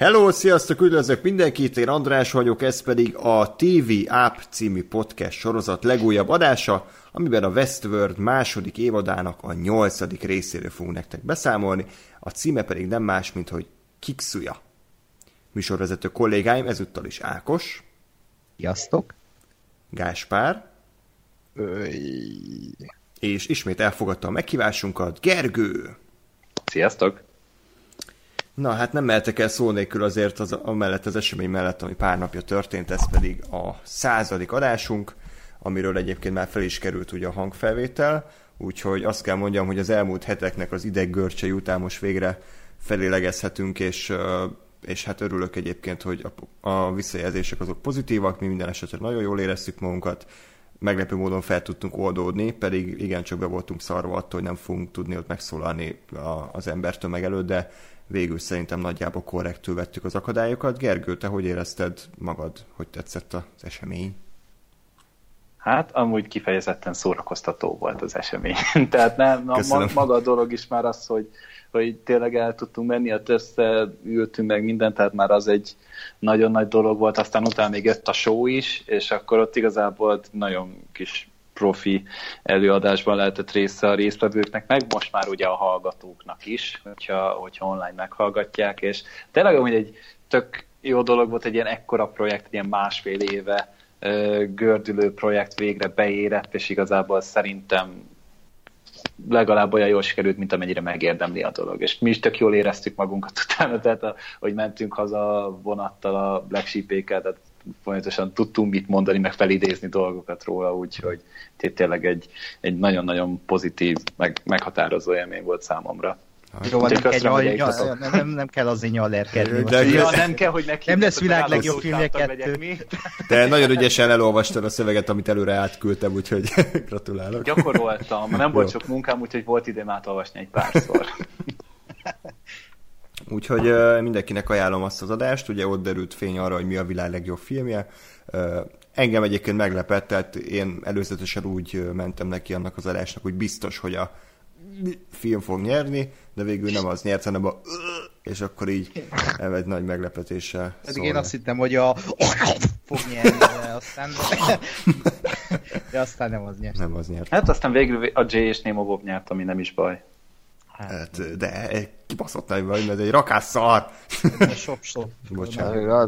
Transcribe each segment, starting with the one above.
Hello, sziasztok, üdvözlök mindenkit, én András vagyok, ez pedig a TV App című podcast sorozat legújabb adása, amiben a Westworld második évadának a 8. részéről fogunk nektek beszámolni, a címe pedig nem más, mint hogy Kiksuya. Műsorvezető kollégáim ezúttal is Ákos. Sziasztok. Gáspár. És ismét elfogadta a meghívásunkat Gergő. Sziasztok. Na, hát nem mehetek el szó nélkül azért amellett az esemény mellett, ami pár napja történt, ez pedig a 100. adásunk, amiről egyébként már fel is került ugye a hangfelvétel, úgyhogy azt kell mondjam, hogy az elmúlt heteknek az ideggörcsei után most végre felélegezhetünk, és hát örülök egyébként, hogy a visszajelzések azok pozitívak, mi minden esetre nagyon jól éreztük magunkat, meglepő módon fel tudtunk oldódni, pedig igencsak be voltunk szarva attól, hogy nem fogunk tudni ott megszólalni az embertömeg előtt, de végül szerintem nagyjából korrektül vettük az akadályokat. Gergő, te hogy érezted magad, hogy tetszett az esemény? Hát amúgy kifejezetten szórakoztató volt az esemény. Tehát maga a dolog is már az, hogy tényleg el tudtunk menni, hát összeültünk meg mindent, tehát már az egy nagyon nagy dolog volt, aztán utána még jött a show is, és akkor ott igazából nagyon kis profi előadásban lehetett része a résztvevőknek, meg most már ugye a hallgatóknak is, hogyha online meghallgatják, és tényleg amúgy egy tök jó dolog volt, egy ilyen ekkora projekt, egy ilyen másfél éve gördülő projekt végre beérett, és igazából szerintem legalább olyan jól sikerült, mint amennyire megérdemli a dolog. És mi is tök jól éreztük magunkat utána, tehát hogy mentünk haza vonattal a Black Sheep-ékkel, tehát folyamatosan tudtunk mit mondani, meg felidézni dolgokat róla, úgyhogy tényleg egy nagyon-nagyon pozitív, meghatározó élmény volt számomra. Jó, nem kell azért nyallerkedni. Nem kell, hogy nem lesz világ legjobb filmje 2. De nagyon ügyesen elolvastad a szöveget, amit előre átküldtem, úgyhogy gratulálok. Gyakoroltam, nem volt sok munkám, úgyhogy volt időm átolvasni egy párszor. Úgyhogy mindenkinek ajánlom azt az adást, ugye ott derült fény arra, hogy mi a világ legjobb filmje. Engem egyébként meglepett, tehát én előzetesen úgy mentem neki annak az adásnak, hogy biztos, hogy a film fog nyerni, de végül nem az nyert, hanem és akkor így egy nagy meglepetéssel szólni. Én azt hittem, hogy fog nyerni, de aztán nem az nyert. Nem az nyert. Hát aztán végül a Jay és Nemo Bob nyert, ami nem is baj. Hát, de kibaszott nagy vagy, mert egy rakásszar. Sok. Bocsánat.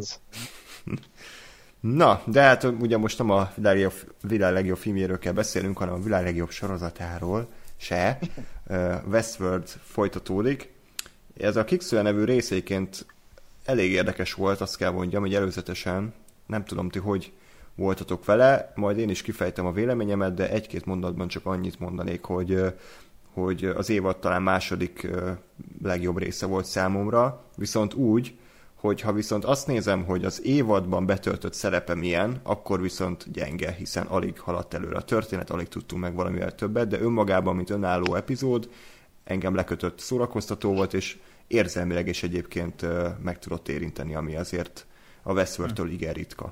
Na, de hát ugye most nem a világ legjobb filmjéről kell beszélnünk, hanem a világ legjobb sorozatáról se. Westworld folytatódik. Ez a Kiksuya nevű részeiként elég érdekes volt, azt kell mondjam, hogy előzetesen, nem tudom ti, hogy voltatok vele, majd én is kifejtem a véleményemet, de egy-két mondatban csak annyit mondanék, hogy az évad talán második legjobb része volt számomra, viszont úgy, hogy ha viszont azt nézem, hogy az évadban betöltött szerepe milyen, akkor viszont gyenge, hiszen alig haladt előre a történet, alig tudtunk meg valamivel többet, de önmagában, mint önálló epizód, engem lekötött, szórakoztató volt, és érzelmileg is egyébként meg tudott érinteni, ami azért a Westworld-től igen ritka.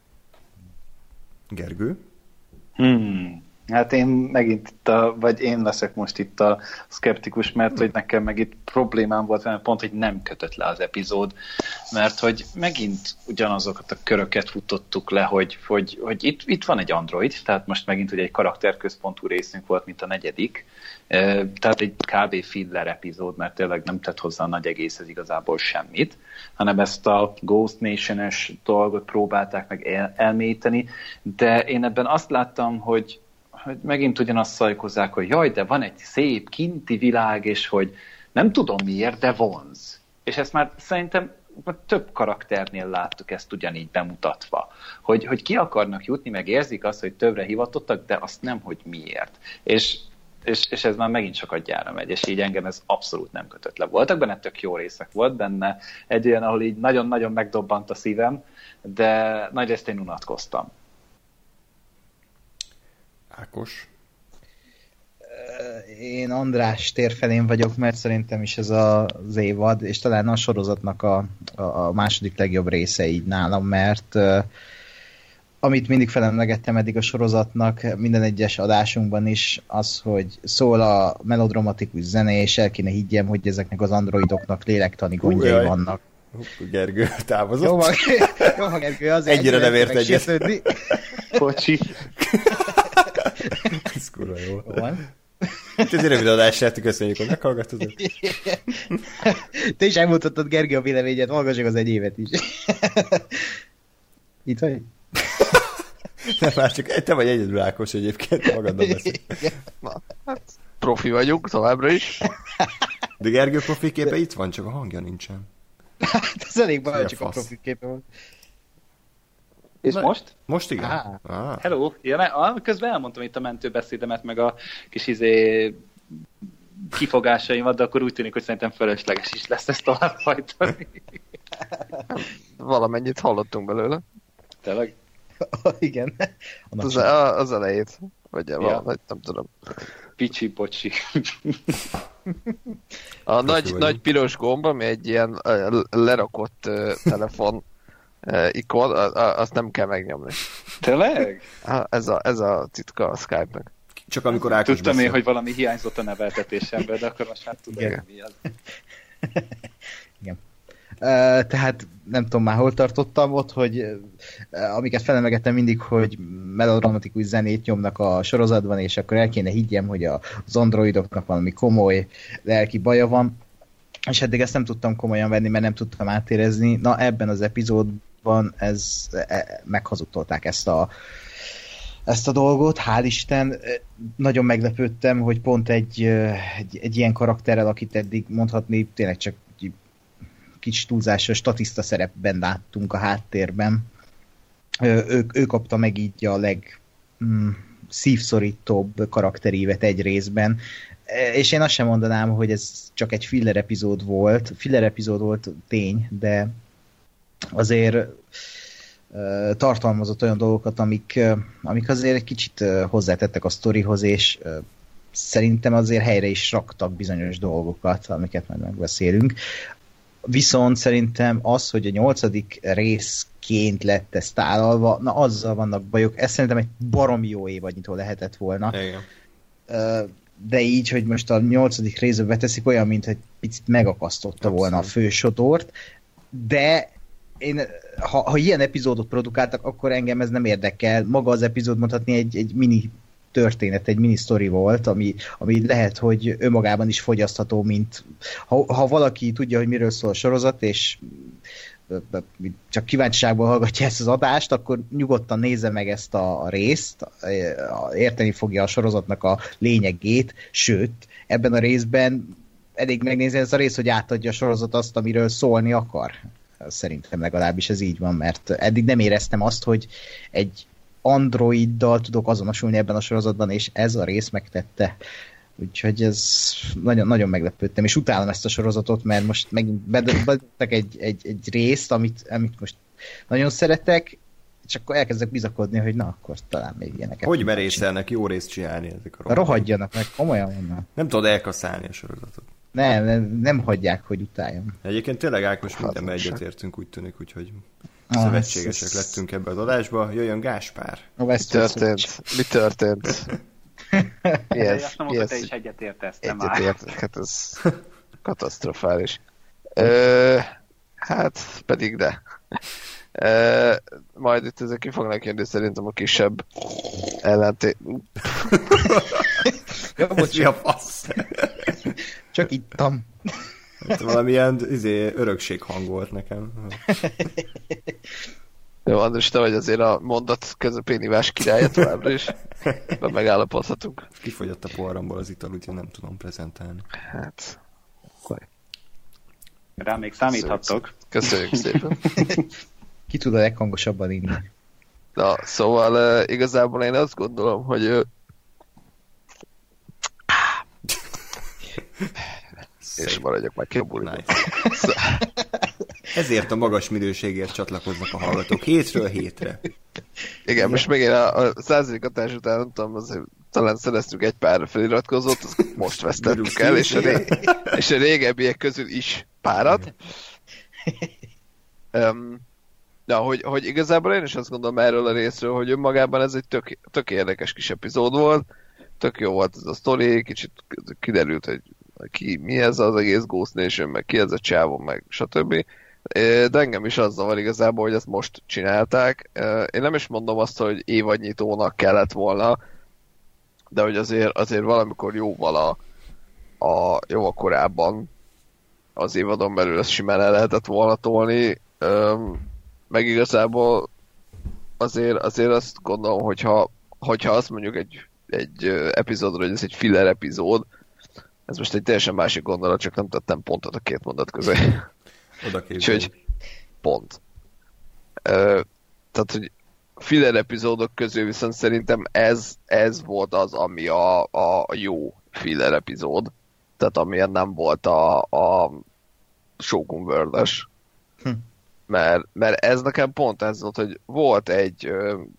Gergő? Hát én megint vagy én leszek most itt a szkeptikus, mert hogy nekem meg itt problémám volt, mert pont, hogy nem kötött le az epizód, mert hogy megint ugyanazokat a köröket futottuk le, hogy itt van egy android, tehát most megint ugye egy karakterközpontú részünk volt, mint a 4. Tehát egy kb. Filler epizód, mert tényleg nem tett hozzá a nagy egészhez igazából semmit, hanem ezt a Ghost Nation-es dolgot próbálták meg elmélyíteni, de én ebben azt láttam, hogy megint ugyanazt szajkozzák, hogy jaj, de van egy szép kinti világ, és hogy nem tudom miért, de vonz. És ezt már szerintem több karakternél láttuk ezt ugyanígy bemutatva. Hogy ki akarnak jutni, meg érzik azt, hogy többre hivatottak, de azt nem, hogy miért. És ez már megint sokadjára megy, és így engem ez abszolút nem kötött le. Voltak benne tök jó részek, volt benne egy olyan, ahol így nagyon-nagyon megdobbant a szívem, de nagy részt én unatkoztam. Ákos? Én András térfelén vagyok, mert szerintem is ez az évad, és talán a sorozatnak a második legjobb része így nálam, mert amit mindig felemlegettem eddig a sorozatnak, minden egyes adásunkban is, az, hogy szól a melodramatikus zene, és el kéne higgyem, hogy ezeknek az androidoknak lélektani gondjai vannak. Gergő távozott. Jó, ha Gergő az egyre nem ért egyet. Bocsi. Ez kurva jó. Van. Ez egy rövid adását, köszönjük, hogy meghallgatod. Te is elmutattad, Gergő, a véleményed, hallgassuk az egy évet is. Itt vagy? Nem, már csak te vagy egyedül Ákos egyébként, magaddal beszél. Hát profi vagyunk, továbbra is. De Gergő profi képe itt van, csak a hangja nincsen. Hát ez elég baj, csak a profi képe van. És na, most? Most igen. Hello. Ja, közben elmondtam itt a mentőbeszédemet, meg a kis kifogásaimat, de akkor úgy tűnik, hogy szerintem fölösleges is lesz ezt tovább hajtani. Valamennyit hallottunk belőle. Tényleg? Igen. Az elejét. Vagy valahogy, nem tudom. Picsi, bocsi. A nagy piros gomb, ami egy ilyen lerakott telefon ikon, azt nem kell megnyomni. Tényleg? Ez a titka a Skype-nak. Csak amikor Ákos tudtam beszél. Én, hogy valami hiányzott a neveltetésemben, de akkor most már tudom, hogy mi az. Igen. Tehát nem tudom már hol tartottam ott, hogy amiket felemegettem mindig, hogy melodramatikus zenét nyomnak a sorozatban, és akkor el kéne higgyem, hogy az androidoknak valami komoly lelki baja van, és eddig ezt nem tudtam komolyan venni, mert nem tudtam átérezni. Na ebben az epizódban meghazudtolták ezt a dolgot, hál' Isten. Nagyon meglepődtem, hogy pont egy ilyen karakterrel, akit eddig mondhatni tényleg csak kicsi túlzásos statiszta szerepben láttunk a háttérben. Ő kapta meg így a szívszorítóbb karakterívet egy részben. És én azt sem mondanám, hogy ez csak egy filler epizód volt. Filler epizód volt tény, de azért tartalmazott olyan dolgokat, amik azért egy kicsit hozzátettek a sztorihoz, és szerintem azért helyre is raktak bizonyos dolgokat, amiket majd megbeszélünk. Viszont szerintem az, hogy a 8. részként lett ez tálalva, na azzal vannak bajok. Ez szerintem egy baromi jó évadnyitó lehetett volna. Igen. De így, hogy most a 8. részbe beteszik, olyan, mint hogy picit megakasztotta volna a fősodort, de én, ha ilyen epizódot produkáltak, akkor engem ez nem érdekel. Maga az epizód mondhatni egy mini történet, egy mini sztori volt, ami lehet, hogy önmagában is fogyasztható, mint ha valaki tudja, hogy miről szól a sorozat, és csak kíváncsiságból hallgatja ezt az adást, akkor nyugodtan nézze meg ezt a részt, érteni fogja a sorozatnak a lényegét, sőt, ebben a részben elég megnézni ezt a részt, hogy átadja a sorozat azt, amiről szólni akar. Szerintem legalábbis ez így van, mert eddig nem éreztem azt, hogy egy androiddal tudok azonosulni ebben a sorozatban, és ez a rész megtette. Úgyhogy ez nagyon, nagyon meglepődtem, és utálom ezt a sorozatot, mert most megint bedobtak egy részt, amit most nagyon szeretek, és akkor elkezdek bizakodni, hogy na, akkor talán még ilyeneket. Hogy merészelnek jó részt csinálni ezek a rohadjanak meg, komolyan vannak. Nem tudod elkaszálni a sorozatot. Nem hagyják, hogy utáljam. Egyébként tényleg Ákos mindenben egyetértünk, úgy tűnik, úgyhogy szövetségesek lettünk ebbe az adásba. Jöjjön Gáspár. Mi történt? Yes, nem mondta, te is egyetértesz, már. Hát ez katasztrofális. Hát, pedig de. Majd itt ezek ki fognak jönni szerintem a kisebb ellentét. Mi a fasz? Csak ittam. Hát valamilyen örökséghang volt nekem. Jó, András, te vagy azért a mondat közepén ivás királya továbbra is. De megállapodhatunk. Kifogyott a poharamból az ital, úgyhogy nem tudom prezentálni. Hát... Rá még számíthattok. Köszönjük szépen. Ki tud a leghangosabban inni? Na, szóval igazából én azt gondolom, hogy és maradjak már ki a buliban. Ezért a magas minőségért csatlakoznak a hallgatók hétről hétre. Igen, most még én a 100. adás után nem tudom, azért talán szereztünk egy pár feliratkozót, most vesztettük el, és a régebbiek közül is párat. Hogy igazából én is azt gondolom erről a részről, hogy önmagában ez egy tök érdekes kis epizód volt, tök jó volt ez a sztori, kicsit kiderült, hogy mi ez az egész Ghost Nation, meg ki ez a csávó, meg stb. De engem is az zavar igazából, hogy ezt most csinálták. Én nem is mondom azt, hogy évadnyitónak kellett volna, de hogy azért valamikor jóval korábban az évadon belül ezt simán el lehetett volna tolni. Meg igazából azért azt gondolom, hogyha azt mondjuk egy epizódra, hogy ez egy filler epizód, ez most egy teljesen másik gondolat, csak nem tettem pontot a két mondat közé. Úgyhogy pont. Tehát, hogy filler epizódok közül viszont szerintem ez volt az, ami a jó filler epizód. Tehát amilyen nem volt a Shogun World-es. Mert ez nekem pont ez volt, hogy volt egy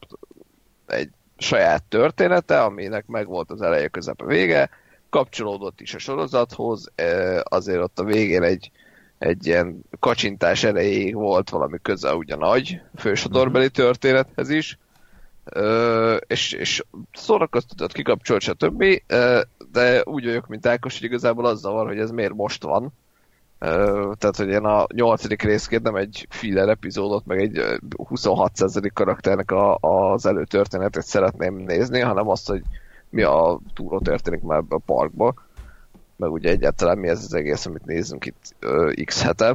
saját története, aminek megvolt az eleje, közepe, vége, kapcsolódott is a sorozathoz, azért ott a végén egy ilyen kacsintás erejéig volt valami köze ugye nagy fősodorbeli történethez is, és szórakoztatott, kikapcsolt, stb. De úgy vagyok, mint Ákos, hogy igazából az zavar, hogy ez miért most van. Tehát, hogy én a 8. részként nem egy filler epizódot, meg egy 26% karakternek az előtörténetet szeretném nézni, hanem azt, hogy mi a túró történik már ebbe a parkba, meg ugye egyáltalán mi ez az egész, amit nézzünk itt x hete.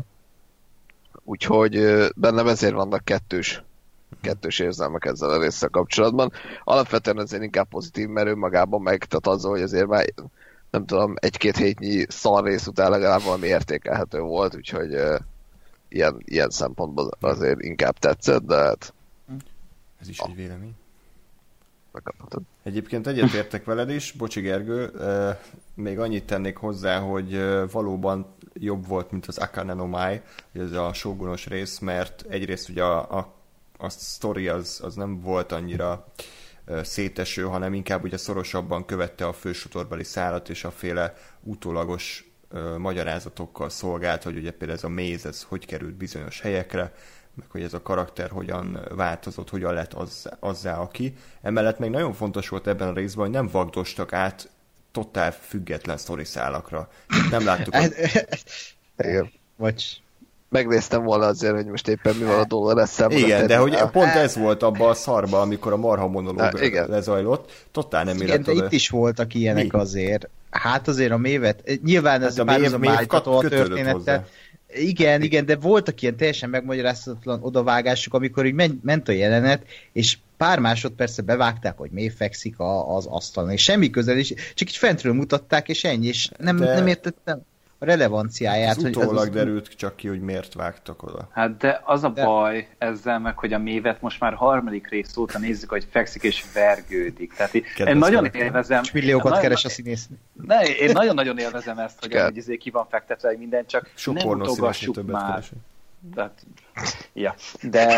Úgyhogy bennem ezért vannak kettős érzelmek ezzel a résszel kapcsolatban. Alapvetően azért inkább pozitív, mert önmagában meg, tehát azzal, hogy azért már nem tudom, 1-2 hétnyi szar rész után legalább valami értékelhető volt, úgyhogy ilyen szempontból azért inkább tetszett, de hát... Ez is egy vélemény. Megkaphatod. Egyébként egyetértek veled is, bocsi Gergő, még annyit tennék hozzá, hogy valóban jobb volt, mint az Akane no Mai, ez a shogunos rész, mert egyrészt ugye a sztori az nem volt annyira széteső, hanem inkább ugye szorosabban követte a fősodorbeli szálat, és a féle utólagos magyarázatokkal szolgált, hogy ugye például ez a méz, ez hogy került bizonyos helyekre, meg hogy ez a karakter hogyan változott, hogyan lett azzá, aki. Emellett még nagyon fontos volt ebben a részben, hogy nem vagdostak át totál független sztoriszálakra. Nem láttuk. Igen. Vagy megnéztem volna azért, hogy most éppen mi van a Dolores számban. Igen, de hogy pont ez volt abban a szarban, amikor a marha monológ lezajlott. Totál nem illetve itt is voltak ilyenek azért. Hát azért a mévet, nyilván ez a állítható a történettel. Igen, de voltak ilyen teljesen megmagyarázhatatlan odavágások, amikor így ment a jelenet, és pár másodperce bevágták, hogy mély fekszik az asztalon, és semmi közel is, csak így fentről mutatták, és ennyi, és nem értettem a relevanciáját. Az utólag derült csak ki, hogy miért vágtak oda. Hát de az a baj ezzel meg, hogy a mévet most már 3. rész óta nézzük, hogy fekszik és vergődik. Tehát én nagyon élvezem... És milliókat keres a színésznő. Én nagyon-nagyon élvezem ezt, hogy ki van fektetve, hogy minden, csak sok nem utogassuk már. Tehát, ja. De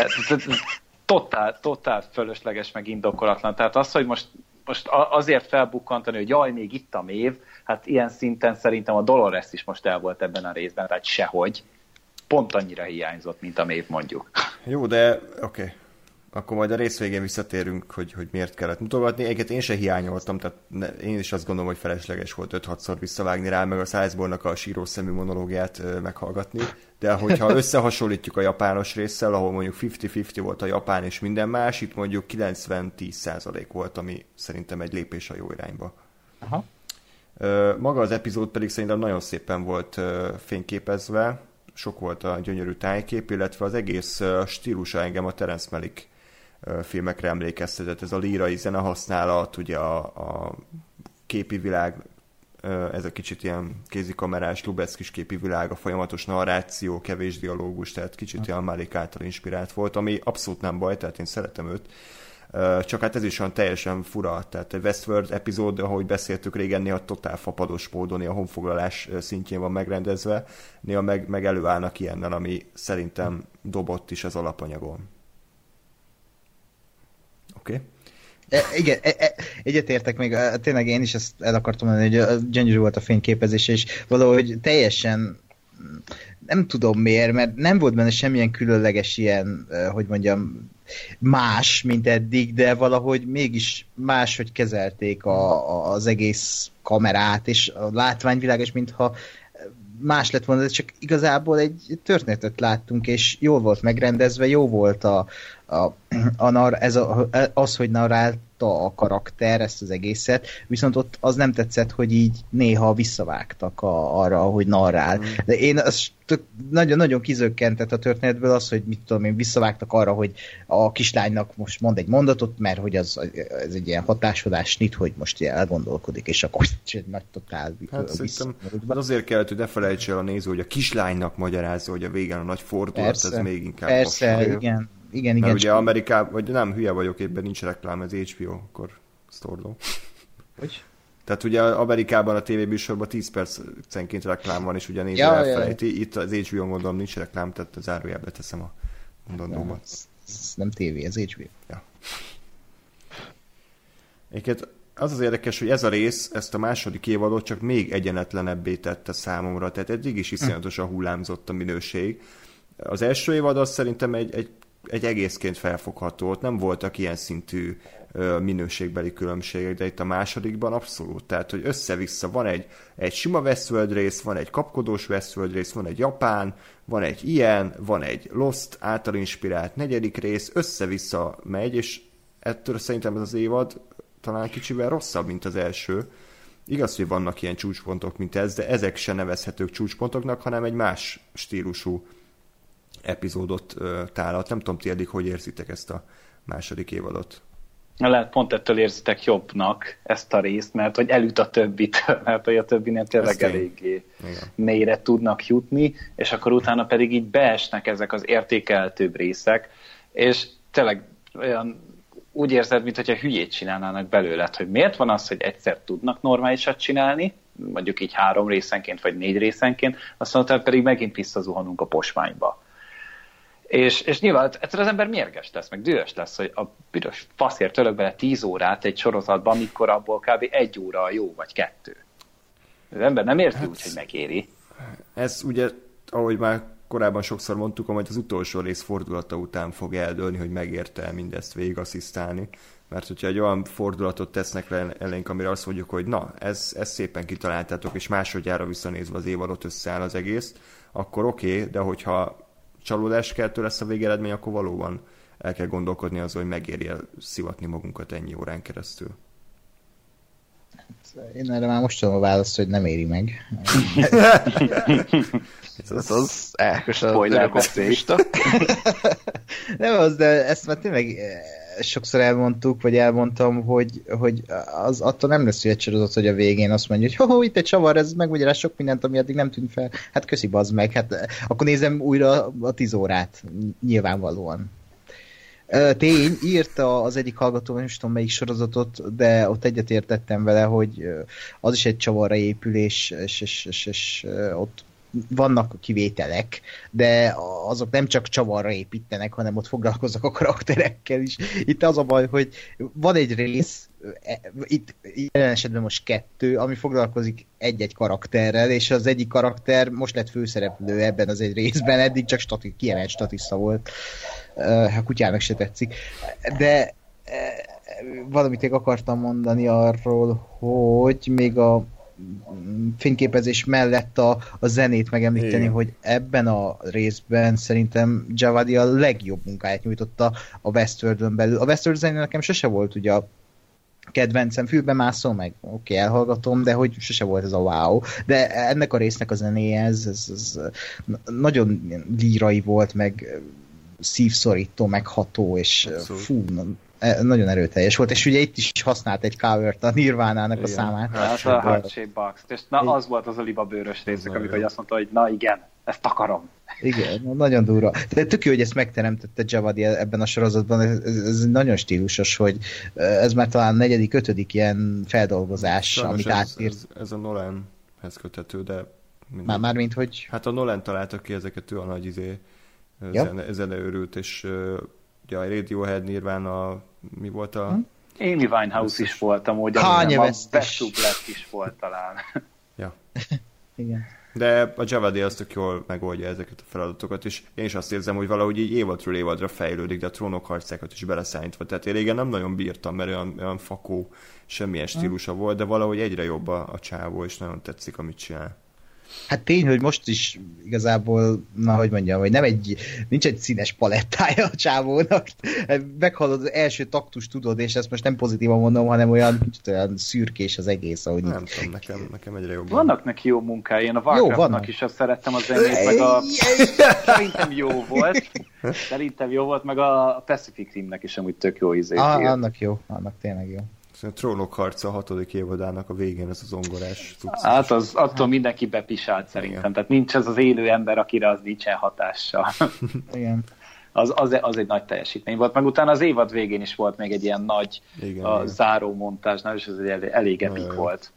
totál fölösleges, meg indokolatlan. Tehát az, hogy most azért felbukkantani, hogy jaj, még itt a mév, hát ilyen szinten szerintem a Dolores is most el volt ebben a részben, tehát sehogy. Pont annyira hiányzott, mint a mév mondjuk. Jó, de oké. Akkor majd a rész végén visszatérünk, hogy miért kellett mutogatni. Egyébként én se hiányoltam, tehát én is azt gondolom, hogy felesleges volt 5-6-szor visszavágni rá, meg a Sizeborn-nak a síró szemű monológiát meghallgatni. De hogyha összehasonlítjuk a japános résszel, ahol mondjuk 50-50 volt a japán és minden más, itt mondjuk 90-10% volt, ami szerintem egy lépés a jó irányba. Aha. Maga az epizód pedig szerintem nagyon szépen volt fényképezve, sok volt a gyönyörű tájkép, illetve az egész stílusa engem a Terence Malick filmekre emlékeztetett. Ez a lírai zenehasználat, ugye a képi világ, ez a kicsit ilyen kézikamerás, Lubeckis képi világ, a folyamatos narráció, kevés dialógus, tehát kicsit ilyen Malick által inspirált volt, ami abszolút nem baj, tehát én szeretem őt. Csak hát ez is olyan teljesen fura, tehát egy Westworld epizód, ahogy beszéltük régen, néha totál fapados módon, a honfoglalás szintjén van megrendezve, néha meg előállnak ilyennel, ami szerintem dobott is az alapanyagon. Oké? Igen, egyetértek még, tényleg én is ezt el akartam mondani, hogy gyönyörű volt a fényképezés, és valahogy teljesen nem tudom miért, mert nem volt benne semmilyen különleges ilyen, hogy mondjam, más, mint eddig, de valahogy mégis máshogy kezelték az egész kamerát, és a látványvilág, és mintha más lett volna, de csak igazából egy történetet láttunk, és jól volt megrendezve, jó volt az, hogy narrálta a karakter ezt az egészet, viszont ott az nem tetszett, hogy így néha visszavágtak arra, hogy narrál. De én nagyon-nagyon kizökkentett a történetből az, hogy mit tudom én, visszavágtak arra, hogy a kislánynak most mond egy mondatot, mert hogy ez egy ilyen hatásodás nyit, hogy most elgondolkodik, és akkor egy nagy totál azért kellett, hogy ne felejts el a néző, hogy a kislánynak magyarázza, hogy a végén a nagy fordulat, persze, ez még inkább persze, igen. Igen, mert ugye Amerikában, vagy nem, hülye vagyok, éppen nincs reklám, ez HBO, akkor sztordó. Hogy? Tehát ugye Amerikában a tévébűsorban 10 percenként reklám van, és ugye néző elfelejti. Itt az HBO-n gondolom nincs reklám, tehát a zárójelbe teszem a mondandómat. Ez nem tévé, ez HBO. Ja. Egyébként az érdekes, hogy ez a rész, ezt a második évadot csak még egyenletlenebbé tette számomra, tehát eddig is iszonyatosan hullámzott a minőség. Az első évad az szerintem egy egészként felfogható, ott nem voltak ilyen szintű minőségbeli különbségek, de itt a másodikban abszolút. Tehát, hogy össze-vissza van egy sima Westworld rész, van egy kapkodós Westworld rész, van egy japán, van egy ilyen, van egy Lost által inspirált negyedik rész, össze-vissza megy, és ettől szerintem ez az évad talán kicsivel rosszabb, mint az első. Igaz, hogy vannak ilyen csúcspontok, mint ez, de ezek se nevezhetők csúcspontoknak, hanem egy más stílusú epizódot tálat. Nem tudom, ti eddig hogy érzitek ezt a második évadot? Lehet pont ettől érzitek jobbnak ezt a részt, mert hogy elüt a többit, mert hogy a többinél tényleg eléggé mélyre tudnak jutni, és akkor utána pedig így beesnek ezek az értékeltőbb részek, és tényleg olyan úgy érzed, mintha hülyét csinálnának belőled, hogy miért van az, hogy egyszer tudnak normálisat csinálni, mondjuk így 3 részenként, vagy 4 részenként, aztán pedig megint visszazuhanunk a posványba. És nyilván egyszer az ember mérges lesz, meg dühös lesz, hogy a büdös faszért tölök bele 10 órát egy sorozatban, amikor abból kb. 1 óra jó, vagy 2. Az ember nem érti úgy, hogy megéri. Ez ugye, ahogy már korábban sokszor mondtuk, hogy az utolsó rész fordulata után fog eldőlni, hogy megérte mindezt végigasszisztálni. Mert hogyha egy olyan fordulatot tesznek le elénk, amire azt mondjuk, hogy na, ezt szépen kitaláltátok, és másodjára visszanézve az évadot összeáll az egész, akkor oké, de hogyha csalódáskeltő lesz a végeredmény, akkor valóban el kell gondolkodni azon, hogy megéri szivatni magunkat ennyi órán keresztül. Én erre már most tudom a választ, hogy nem éri meg. Ez az elkösen optimista. Nem az, de ezt már tényleg sokszor elmondtuk, vagy elmondtam, hogy az attól nem lesz egy sorozat, hogy a végén azt mondja, hogy itt egy csavar, ez megmagyaráz sok mindent, ami addig nem tűnt fel. Hát köszi, bazd meg, hát akkor nézem újra a 10 órát, nyilvánvalóan. Tény, írta az egyik hallgató, nem tudom melyik sorozatot, de ott egyetértettem vele, hogy az is egy csavarra épül, és ott vannak kivételek, de azok nem csak csavarra építenek, hanem ott foglalkoznak a karakterekkel is. Itt az a baj, hogy van egy rész, itt jelen esetben most 2, ami foglalkozik egy-egy karakterrel, és az egyik karakter most lett főszereplő ebben az egy részben, eddig csak kiemelt statiszta volt. A kutyának se tetszik. De valamit még akartam mondani arról, hogy még a fényképezés mellett a zenét megemlíteni, hogy ebben a részben szerintem Javadi a legjobb munkáját nyújtotta a Westworldön belül. A Westworld zené nekem sose volt ugye a kedvencem, fülbe mászom, meg oké, elhallgatom, de hogy sose volt ez a wow. De ennek a résznek a zenéje ez nagyon lírai volt, meg szívszorító, megható, és fú, nagyon erőteljes volt, és ugye itt is használt egy covert a Nirvánának a számát. Hát a Heart Shaped Box. És na, az volt az a libabőrös részek, amikor azt mondta, hogy na igen, ezt akarom. Igen, nagyon durva. De tök jó, hogy ezt megteremtette Javadi ebben a sorozatban, ez nagyon stílusos, hogy ez már talán 4., 5. ilyen feldolgozás, sajnos amit átírt. Ez a Nolanhez köthető, de... Mármint, hogy... Hát a Nolan találta ki ezeket, ő a nagy zeneőrült, és ugye a Radiohead, Nirvana, mi volt a... Amy Winehouse is volt amúgy, a Best of Black is volt talán. Ja. Igen. De a Javadi azt tök jól megoldja ezeket a feladatokat, és én is azt érzem, hogy valahogy így évadról évadra fejlődik, de a Trónok harcákat is beleszállítva. Tehát én régen nem nagyon bírtam, mert olyan fakó, semmilyen stílusa volt, de valahogy egyre jobb a csávó, és nagyon tetszik, amit csinál. Hát tény, hogy most is igazából, na hogy mondjam, hogy nincs egy színes palettája a csávónak. Meghallod az első taktus, tudod, és ezt most nem pozitívan mondom, hanem olyan szürkés az egész, ahogy nem tudom, nekem egyre jobban. Vannak neki jó munkái, én a Warcraftnak is azt szerettem a zenét, meg szerintem jó volt, meg a Pacific Rimnek is amúgy tök jó ízét. Annak tényleg jó. A Trónok harca a 6. évadának a végén ez az zongorás tudsz. Hát attól mindenki bepisált szerintem. Igen. Tehát nincs az élő ember, akire az nincsen hatással. Igen. Az egy nagy teljesítmény volt. Meg utána az évad végén is volt még egy ilyen nagy záró montázsnál, és ez egy elég epik volt.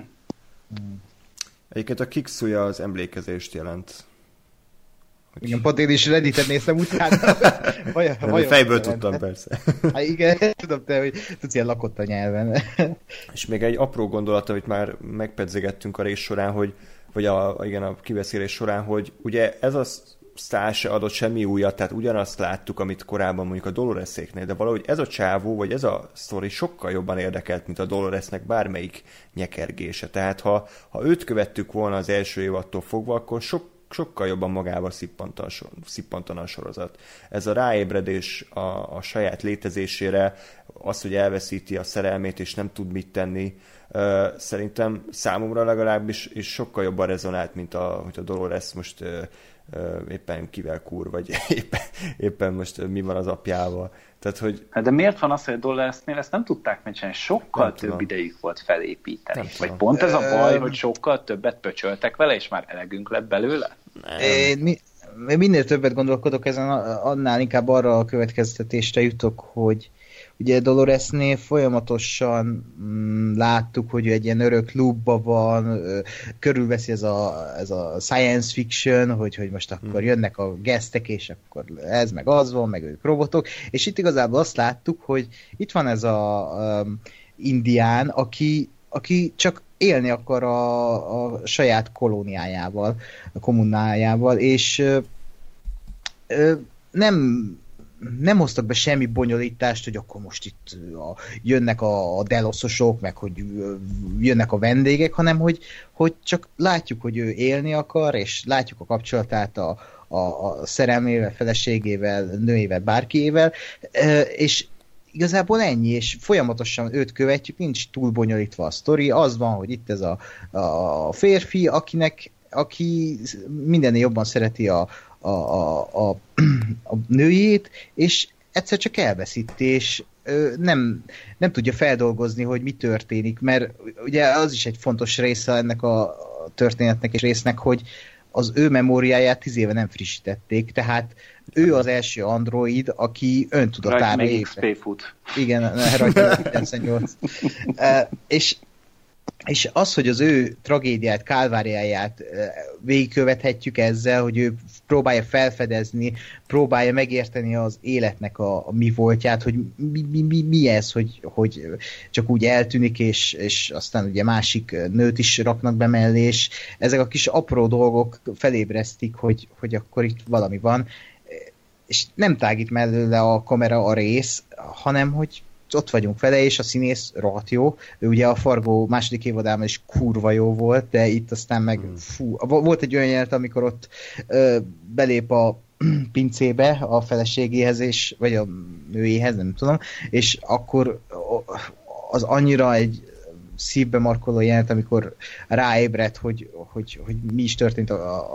Egyébként a Kixuja az emlékezést jelent. Igen, pont én is Redditet néztem utána. Fejből tudtam, persze. Hát igen, tudom te, hogy tudsz ilyen lakott a nyelven. És még egy apró gondolat, amit már megpedzegettünk a rész során, vagy a kibeszélés során, hogy ugye ez a sztár se adott semmi újat, tehát ugyanazt láttuk, amit korábban mondjuk a Dolores-éknél, de valahogy ez a csávó, vagy ez a sztori sokkal jobban érdekelt, mint a Doloresnek bármelyik nyekergése. Tehát ha őt követtük volna az első évattól fogva, akkor sokkal jobban magával szippantana a sorozat. Ez a ráébredés a saját létezésére, az, hogy elveszíti a szerelmét, és nem tud mit tenni, szerintem számomra legalábbis és sokkal jobban rezonált, mint a Dolores most éppen kivel kur, vagy éppen most mi van az apjával. Tehát, hogy... De miért van az, hogy a Doloresnél ezt nem tudták megcsinálni? Sokkal több idejük volt felépíteni. Vagy pont ez a baj, hogy sokkal többet pöcsöltek vele, és már elegünk lett belőle? Minél többet gondolkodok ezen, annál inkább arra a következtetésre jutok, hogy ugye Doloresnél folyamatosan láttuk, hogy egy ilyen örök loopba van, körülveszi ez a science fiction, hogy most akkor jönnek a gesztek, és akkor ez meg az van, meg ők robotok, és itt igazából azt láttuk, hogy itt van ez a indián, aki csak élni akar a saját kolóniájával, a kommunájával, és nem hoztak be semmi bonyolítást, hogy akkor most itt jönnek a deloszosok, meg hogy jönnek a vendégek, hanem hogy csak látjuk, hogy ő élni akar, és látjuk a kapcsolatát a szerelmével, feleségével, nőjével, bárkiével, és igazából ennyi, és folyamatosan őt követjük, nincs túl bonyolítva a sztori, az van, hogy itt ez a férfi, aki mindennél jobban szereti a nőjét, és egyszer csak elveszíti, és nem tudja feldolgozni, hogy mi történik, mert ugye az is egy fontos része ennek a történetnek és résznek, hogy az ő memóriáját 10 éve nem frissítették, tehát ő az első android, aki öntudatára épre. Fut. Igen, rajta 98. És az, hogy az ő tragédiát, kálváriáját végigkövethetjük ezzel, hogy ő próbálja felfedezni, próbálja megérteni az életnek a mi voltját, hogy mi ez, hogy csak úgy eltűnik, és aztán ugye másik nőt is raknak be mellé, és ezek a kis apró dolgok felébresztik, hogy akkor itt valami van, és nem tágít mellőle a kamera a rész, hanem hogy ott vagyunk vele, és a színész rohadt jó. Ő ugye a Fargo második évadában is kurva jó volt, de itt aztán meg volt egy olyan jelenet, amikor ott belép a pincébe a feleségéhez, vagy a nőjéhez, nem tudom, és akkor az annyira egy szívbe markoló jelenet, amikor ráébredt, hogy mi is történt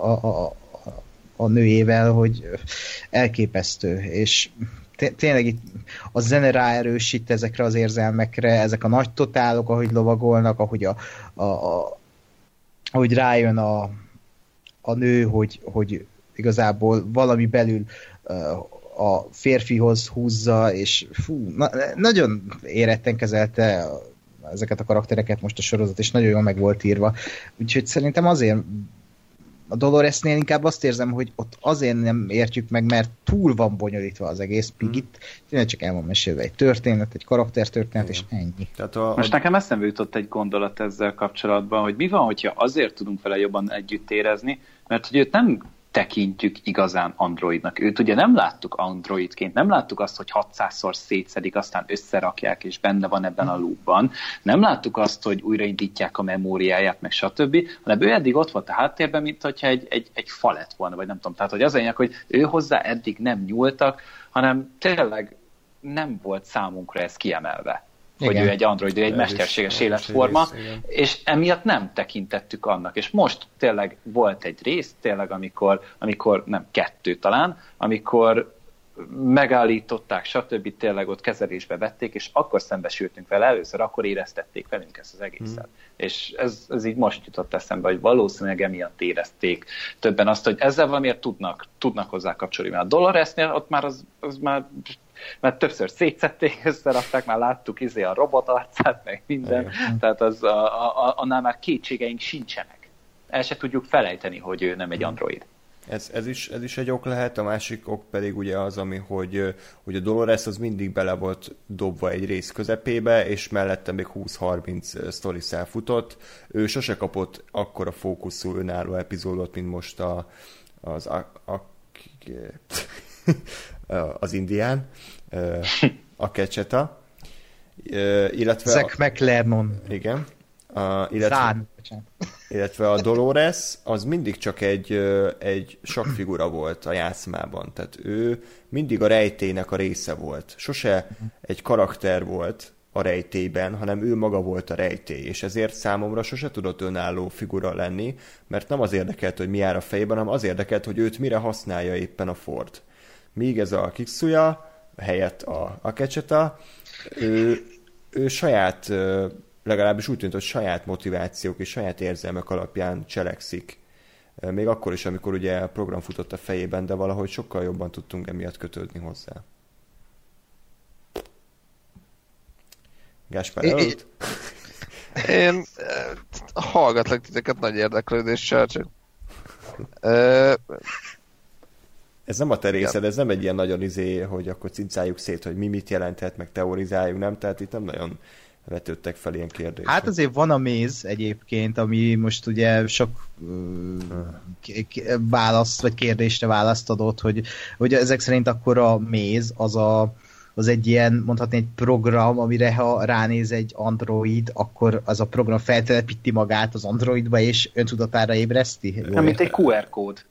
a nőjével, hogy elképesztő, és tényleg itt a zene ráerősít ezekre az érzelmekre, ezek a nagy totálok, ahogy lovagolnak, ahogy rájön a nő, hogy igazából valami belül a férfihoz húzza, és nagyon éretten kezelte ezeket a karaktereket most a sorozat, és nagyon jól meg volt írva. Úgyhogy szerintem azért a Doloresnél inkább azt érzem, hogy ott azért nem értjük meg, mert túl van bonyolítva az egész, Pigit. Tényleg csak el van mesélve egy történet, egy karaktertörténet, és ennyi. Most nekem eszembe jutott egy gondolat ezzel kapcsolatban, hogy mi van, hogyha azért tudunk vele jobban együtt érezni, mert hogy őt nem tekintjük igazán androidnak. Őt ugye nem láttuk androidként, nem láttuk azt, hogy 600-szor szétszedik, aztán összerakják, és benne van ebben a loopban. Nem láttuk azt, hogy újraindítják a memóriáját, meg stb., hanem ő eddig ott volt a háttérben, mint hogyha egy fa lett volna, vagy nem tudom. Tehát, hogy az lényeg, hogy ő hozzá eddig nem nyúltak, hanem tényleg nem volt számunkra ez kiemelve. Hogy ő egy android, ő egy mesterséges életforma, és emiatt nem tekintettük annak. És most tényleg volt egy rész, tényleg amikor nem 2 talán, amikor megállították, stb. Tényleg ott kezelésbe vették, és akkor szembesültünk vele először, akkor éreztették velünk ezt az egészet. És ez így most jutott eszembe, hogy valószínűleg emiatt érezték többen azt, hogy ezzel valamiért tudnak hozzá kapcsolni. Mert a Doloresnél ott már az már mert többször szétszették, összerakták, már láttuk a robot arcát, meg minden, tehát annál már kétségeink sincsenek. El se tudjuk felejteni, hogy ő nem egy android. Ez is egy ok lehet, a másik ok pedig ugye az, hogy a Dolores az mindig bele volt dobva egy rész közepébe, és mellette még 20-30 sztori futott. Ő sose kapott akkora fókuszú önálló epizódot, mint most az indián, a Ketcheta, illetve... Zack McLernon. Igen. Illetve a Dolores az mindig csak egy sakkfigura volt a játszmában. Tehát ő mindig a rejtélynek a része volt. Sose egy karakter volt a rejtélyben, hanem ő maga volt a rejtély. És ezért számomra sose tudott önálló figura lenni, mert nem az érdekelt, hogy mi jár a fejében, hanem az érdekelt, hogy őt mire használja éppen a Ford. Míg ez a Kixuya, helyett a Ketcheta, ő saját, legalábbis úgy tűnt, hogy saját motivációk és saját érzelmek alapján cselekszik. Még akkor is, amikor ugye a program futott a fejében, de valahogy sokkal jobban tudtunk emiatt kötődni hozzá. Gáspár előtt? Én hallgatlak titeket nagy érdeklődéssel, csak... Ez nem a te részed, ez nem egy ilyen nagyon hogy akkor cincáljuk szét, hogy mi mit jelenthet, meg teorizáljuk, nem? Tehát itt nem nagyon vetődtek fel ilyen kérdések. Hát azért van a méz egyébként, ami most ugye sok választ, vagy kérdésre választ adott, hogy ezek szerint akkor a méz az egy ilyen, mondhatni egy program, amire ha ránéz egy android, akkor az a program feltelepíti magát az androidba, és öntudatára ébreszti. Mint egy QR kód.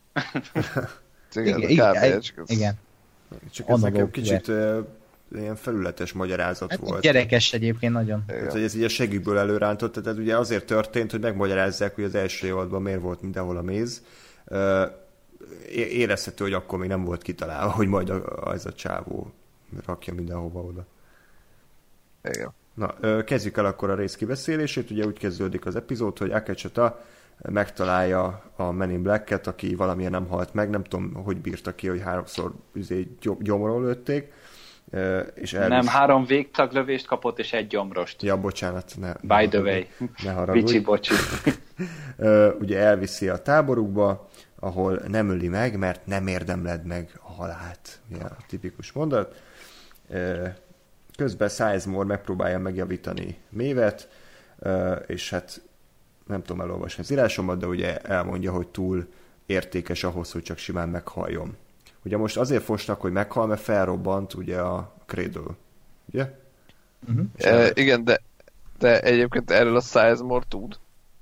Igen. Csak ez nekem kicsit ilyen felületes magyarázat volt. Gyerekes egyébként nagyon. Hát, hogy ez így a segítből előrántott, tehát ugye azért történt, hogy megmagyarázzák, hogy az első évadban miért volt mindenhol a méz. Érezhető, hogy akkor még nem volt kitalálva, hogy majd az a csávó rakja mindenhova oda. Igen. Na, kezdjük el akkor a rész kibeszélését. Ugye úgy kezdődik az epizód, hogy Akecheta megtalálja a Men in Black-et, aki valamiért nem halt meg, nem tudom, hogy bírta ki, hogy 3-szor gyomról lőtték. És nem, 3 végtaglövést kapott, és 1 gyomrost. Ja, bocsánat. By the way. Ne haragudj. Bocsi. Ugye elviszi a táborukba, ahol nem öli meg, mert nem érdemled meg a halált. Ja, a tipikus mondat. Közben Sizemore megpróbálja megjavítani Maeve-t, és hát nem tudom elolvasni az írásomat, de ugye elmondja, hogy túl értékes ahhoz, hogy csak simán meghalljon. Ugye most azért fosnak, hogy meghal, mert felrobbant ugye a Cradle. Ugye? Igen, de egyébként erről a Sizemore tud.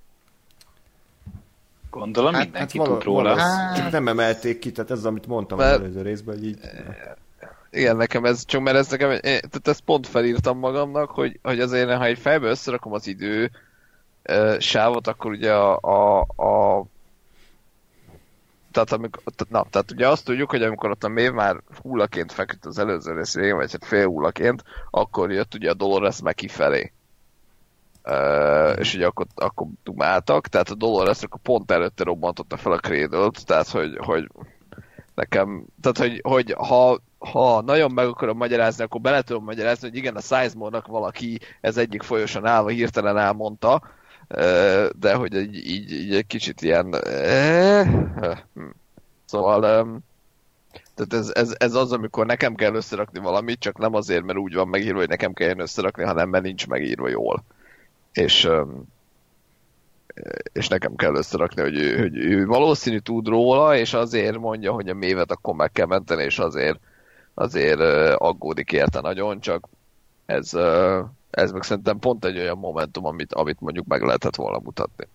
Gondolom mindenki tud róla. Csak nem emelték ki, tehát ez az, amit mondtam az előző részben, hogy így... Igen, nekem ez, csak mert ez nekem, tehát ezt pont felírtam magamnak, hogy azért, ha egy fejbe összerakom az idő sávot, akkor ugye tehát ugye azt tudjuk, hogy amikor ott a Maeve már hullaként feküdt az előző rész végén, vagy hát fél hullaként, akkor jött ugye a Dolores meg kifelé. És ugye akkor dumáltak, tehát a Dolores akkor pont előtte robbantotta fel a Cradle-t, tehát hogy nekem, tehát hogy ha nagyon meg akarom magyarázni, akkor bele tudom magyarázni, hogy igen, a Sizemore-nak valaki ez egyik folyosan állva hirtelen elmondta, de hogy így egy kicsit ilyen... Szóval... Tehát ez az, amikor nekem kell összerakni valamit, csak nem azért, mert úgy van megírva, hogy nekem kelljen összerakni, hanem mert nincs megírva jól. És és nekem kell összerakni, hogy ő valószínű tud róla, és azért mondja, hogy a mévet akkor meg kell menteni, és azért aggódik érte nagyon, csak ez meg szerintem pont egy olyan momentum, amit mondjuk meg lehetett volna mutatni.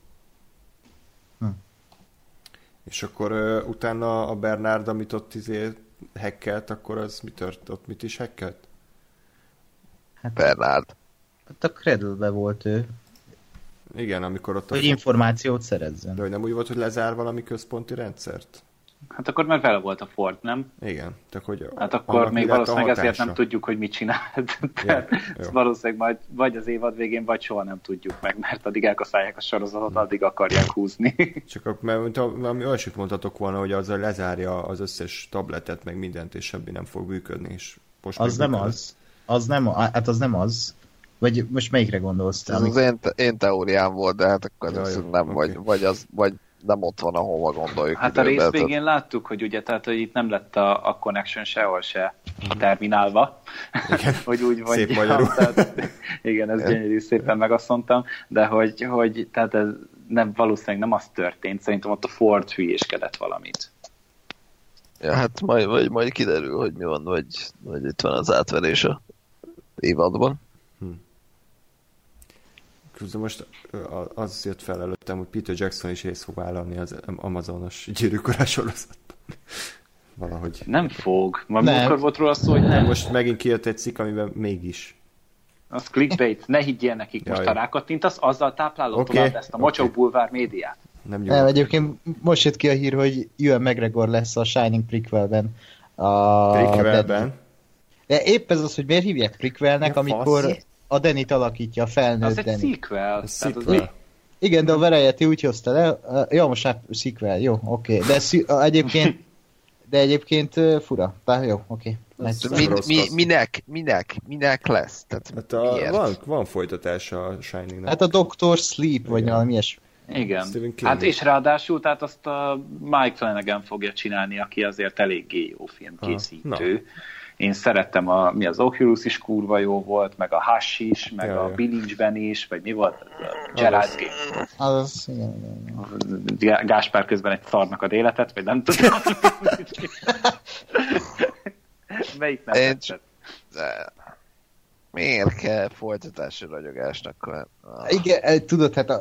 És akkor utána a Bernard, amit ott hackelt, akkor az ott mit is hackelt? Hát, Bernard. Hát a Cradle-be volt ő. Igen, amikor ott... Hogy információt szerezzen. De hogy nem úgy volt, hogy lezár valami központi rendszert? Hát akkor már vele volt a Ford, nem? Igen. Tehát, hogy hát akkor még valószínűleg ezért nem tudjuk, hogy mit csinált. Tehát valószínűleg majd vagy az évad végén, vagy soha nem tudjuk meg, mert addig elkaszálják a sorozatot, addig akarják húzni. Csak mert valami olyasmit mondhatok volna, hogy azzal lezárja az összes tabletet, meg mindent, és semmi nem fog működni. És most az nem az. Az nem az. Vagy most melyikre gondolsz? Ez az én teóriám volt, de hát akkor nem, okay. vagy nem ott van, ahova gondoljuk. Hát a rész végén láttuk, hogy ugye, tehát, hogy itt nem lett a connection sehol se terminálva. Igen, hogy úgy vagy, szép magyarul. Tehát, igen, ez gyönyörű, szépen megasszontam, de hogy tehát ez nem, valószínűleg nem az történt, szerintem ott a Ford hülyéskedett valamit. Ja, hát majd kiderül, hogy mi van, vagy itt van az átverés a évadban. Közben most az jött fel előttem, hogy Peter Jackson is részt fog vállalni az Amazonos gyűrűk sorozatban. Valahogy. Nem fog. Akkor volt róla szó, hogy nem. Most megint kijött egy cikk, amiben mégis. Az clickbait, ne higgyél nekik. Most a rákattintasz, azzal táplálod tovább ezt a mocsok bulvár médiát. Nem, egyébként most jött ki a hír, hogy Ewan McGregor lesz a Shining prequelben. Prequelben? De épp ez az, hogy miért hívják prequelnek, amikor a Dannyt alakítja, a felnőtt Danny. Az egy sequel. Igen, de a Variety úgy hozta le. Jó, most már sequel, jó, oké. De egyébként fura. Tehát jó, oké. Minek lesz? Tehát van folytatása a Shiningnek. Hát a Dr. Sleep, vagy valami ilyesmi. Igen. Hát és ráadásul, tehát azt a Mike Flanagan fogja csinálni, aki azért eléggé jó filmkészítő. Én szerettem mi az Oculus is kurva jó volt, meg a Hush is, meg a Billinchben is, vagy mi volt? A Gerald's Game. Az, igen. Gáspár közben egy szarnak ad életet, vagy nem tudom. Melyik nem tetszett? Miért kell folytatási ragyogásnak? Igen, tudod, hát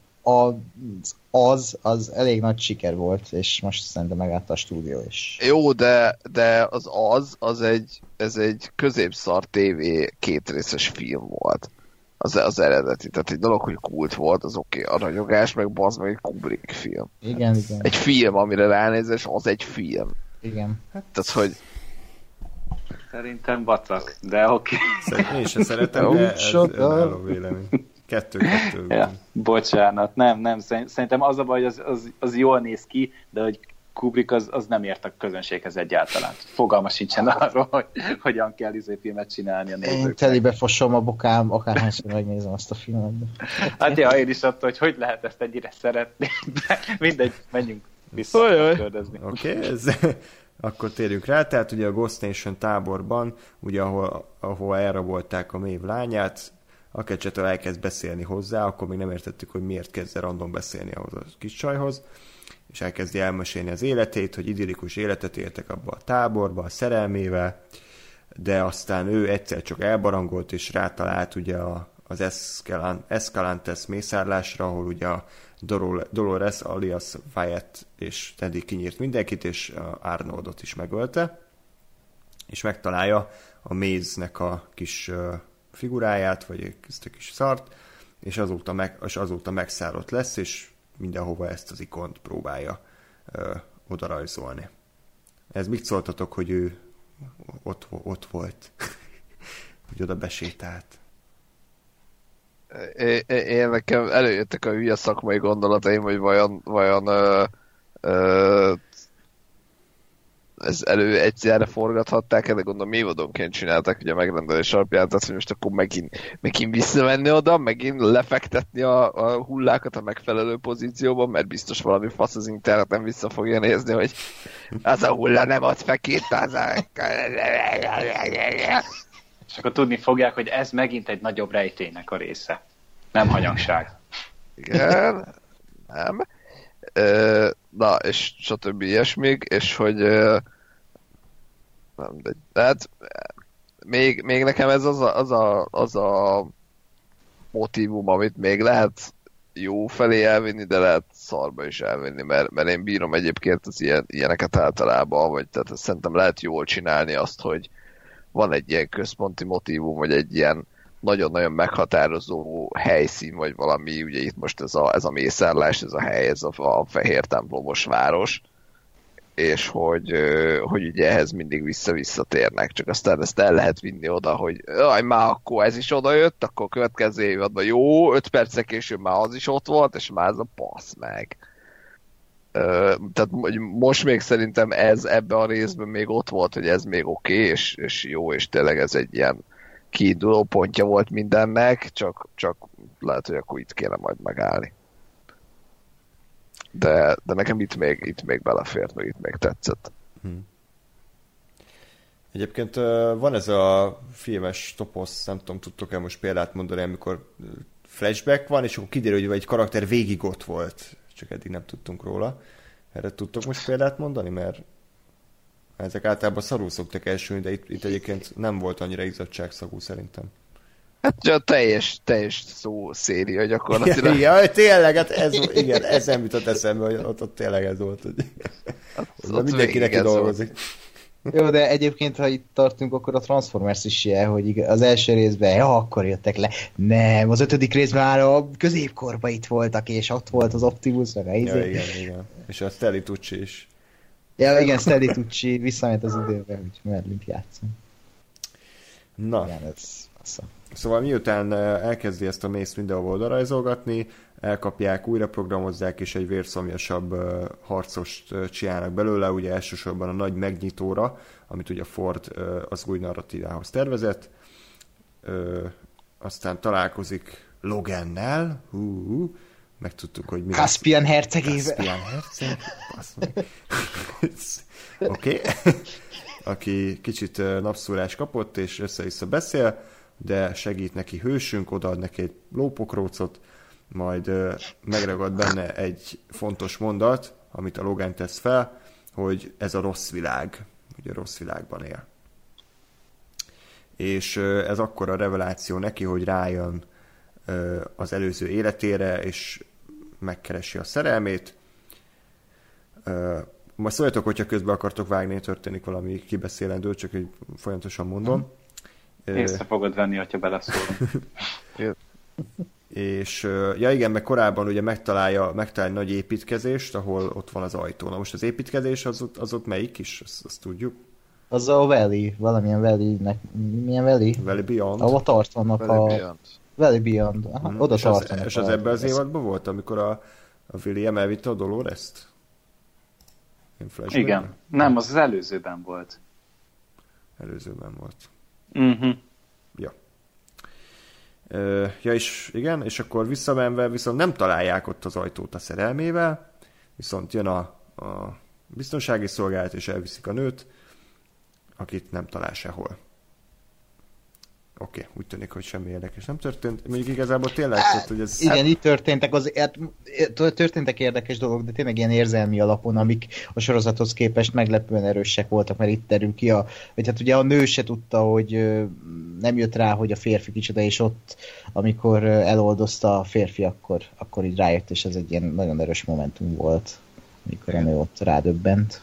az elég nagy siker volt, és most szerintem megállta a stúdió is. Jó, de ez egy középszar TV kétrészes film volt. Az eredeti. Tehát egy dolog, hogy kult volt, az oké. A ragyogás, meg bazd meg egy Kubrick film. Igen. Egy film, amire ránézés, az egy film. Igen. Tehát, hogy szerintem vacak, de oké. Én sem szeretem, de ez önálló vélemény. Kettő. Ja, bocsánat, nem. Szerintem az a baj, hogy az jól néz ki, de hogy Kubrick az nem ért a közönséghez egyáltalán. Fogalma sincsen arról, hogy hogyan kell filmet csinálni a nézőknek. Én telibe fosom a bokám, akárhányszor megnézem azt a filmet. Hát ja, én is attól, hogy lehet ezt ennyire szeretni. De mindegy, menjünk vissza kérdezni. Oké, akkor térjünk rá. Tehát ugye a Ghost Nation táborban, ugye ahol elrabolták a Maeve lányát, a Csetől elkezd beszélni hozzá, akkor még nem értettük, hogy miért kezd random beszélni ahhoz a kis csajhoz, és elkezdi elmesélni az életét, hogy idillikus életet éltek abba a táborba, a szerelmével, de aztán ő egyszer csak elbarangolt, és rátalált ugye az Escalantes mészárlásra, ahol ugye a Dolores alias Wyatt és Teddy kinyírt mindenkit, és Arnoldot is megölte, és megtalálja a Maze-nek a kis figuráját, vagy ezt a kis szart, és azóta megszállott lesz, és mindenhova ezt az ikont próbálja oda rajzolni. Ez mit szóltatok, hogy ő ott volt? hogy oda besétált? Én nekem előjöttek a hülye szakmai gondolataim, hogy vajon ez egyszerre forgathatták, de gondolom évadonként csinálták ugye a megrendelés alapján, tehát hogy most akkor megint visszamenni oda, megint lefektetni a hullákat a megfelelő pozícióban, mert biztos valami fasz az interneten vissza fogja nézni, hogy az a hulla nem ott fekít, és akkor tudni fogják, hogy ez megint egy nagyobb rejtélynek a része. Nem hanyagság. Igen, nem. Na, és stb. Ilyesmig, és hogy nem, de hát még nekem ez az a motívum, amit még lehet jó felé elvinni, de lehet szarba is elvinni, mert én bírom egyébként az ilyeneket általában, vagy tehát szerintem lehet jól csinálni azt, hogy van egy ilyen központi motívum, vagy egy ilyen nagyon-nagyon meghatározó helyszín, vagy valami, ugye itt most ez a mészárlás, ez a hely, ez a fehér templomos város, és hogy ugye ehhez mindig visszatérnek, csak aztán ezt el lehet vinni oda, hogy már akkor ez is oda jött, akkor a következő évadban jó, 5 perccel később már az is ott volt, és már ez a passz meg. Tehát most még szerintem ez ebbe a részben még ott volt, hogy ez még oké, és jó, és tényleg ez egy ilyen kiinduló pontja volt mindennek, csak lehet, hogy akkor itt kéne majd megállni. De nekem itt még belefért, meg itt még tetszett. Egyébként van ez a filmes toposz, nem tudom, tudtok-e most példát mondani, amikor flashback van, és akkor kiderül, hogy egy karakter végig ott volt, csak eddig nem tudtunk róla. Erre tudtok most példát mondani, mert ezek általában szarul szoktak elsülni, de itt egyébként nem volt annyira izzadságszagú szerintem. Hát a teljes szó széria gyakorlatilag. Ja, tényleg, hát ez nem jutott eszembe, hogy ott tényleg ez volt, hogy mindenki neki dolgozik. Jó, de egyébként, ha itt tartunk, akkor a Transformers is ilyen, hogy az első részben, akkor jöttek le. Nem, az 5. részben már a középkorban itt voltak, és ott volt az Optimus, meg a ja, igen. És a Stanley Tucci is. Ja, igen, Stanley Tucci visszament az időbe, hogy Merlint játszom. Na. Igen, ez assza. Szóval miután elkezdi ezt a Mace mindenhol oldalrajzolgatni, elkapják, újra programozzák, és egy vérszomjasabb harcost csinálnak belőle, ugye elsősorban a nagy megnyitóra, amit ugye Ford az új narratívához tervezett. Aztán találkozik Logannel, megtudtuk, hogy mi Caspian hercegével. Caspian herceg? Oké. Aki kicsit napszúrás kapott, és össze-vissza beszél, de segít neki hősünk, odaad neki egy lópokrócot, majd megragad benne egy fontos mondat, amit a Logan tesz fel, hogy ez a rossz világ, ugye rossz világban él. És ez akkor a reveláció neki, hogy rájön az előző életére, és megkeresi a szerelmét. Majd szóljatok, hogyha közben akartok vágni, történik valami kibeszélendő, csak hogy folyamatosan mondom. Észre fogod venni, hogyha beleszólunk. És ja igen, meg korábban ugye megtalál egy nagy építkezést, ahol ott van az ajtó. Na most az építkezés az ott melyik is? Azt tudjuk. Az a Valley, valamilyen Valley-nek. Milyen Valley? Valley Beyond. Ahol tartanak Valley Beyond. Aha, oda tartanak. És az ebben az évadban volt, amikor a William elvitte a Dolores-t? Igen. Nem, az előzőben volt. Előzőben volt. Ja. Ja, és igen, és akkor visszamenve viszont nem találják ott az ajtót a szerelmével, viszont jön a biztonsági szolgálat, és elviszik a nőt, akit nem talál sehol. Oké, úgy tűnik, hogy semmi érdekes nem történt. Mondjuk igazából tényleg, hogy ez... Igen, itt történtek érdekes dolgok, de tényleg ilyen érzelmi alapon, amik a sorozathoz képest meglepően erősek voltak, mert itt terül ki vagy hát ugye a nő se tudta, hogy nem jött rá, hogy a férfi kicsoda, és ott, amikor eloldozta a férfi, akkor így rájött, és ez egy ilyen nagyon erős momentum volt, amikor a nő ott rádöbbent.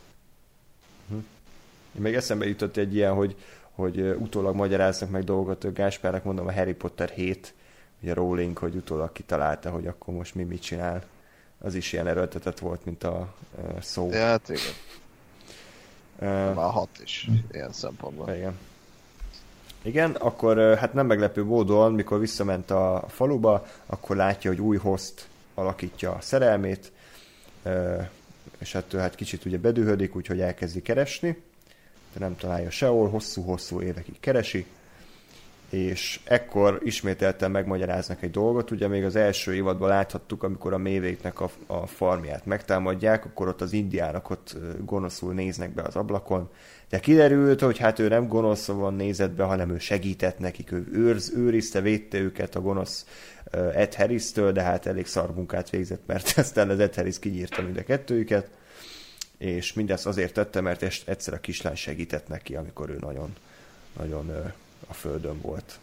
Még eszembe jutott egy ilyen, hogy utólag magyaráznak meg dolgokat, Gáspárnak mondom, a Harry Potter 7, ugye Rowling, hogy utólag kitalálta, hogy akkor most mit csinál. Az is ilyen erőltetett volt, mint a szó. Ja, hát igen. Már 6 is ilyen szempontból. Igen, akkor hát nem meglepő módon, mikor visszament a faluba, akkor látja, hogy új host alakítja a szerelmét, és ettől hát kicsit ugye bedühödik, úgyhogy elkezdi keresni, de nem találja sehol, hosszú-hosszú évekig keresi, és ekkor ismételten megmagyaráznak egy dolgot, ugye még az első évadban láthattuk, amikor a Maeve-nek a farmját megtámadják, akkor ott az indiánok ott gonoszul néznek be az ablakon, de kiderült, hogy hát ő nem gonoszon nézett be, hanem ő segített nekik, ő őrizte, védte őket a gonosz Ed Harris-től, de hát elég szar munkát végzett, mert aztán az Ed Harris kinyírta mind a kettőjüket, és mindezt azért tette, mert egyszer a kislány segített neki, amikor ő nagyon a földön volt.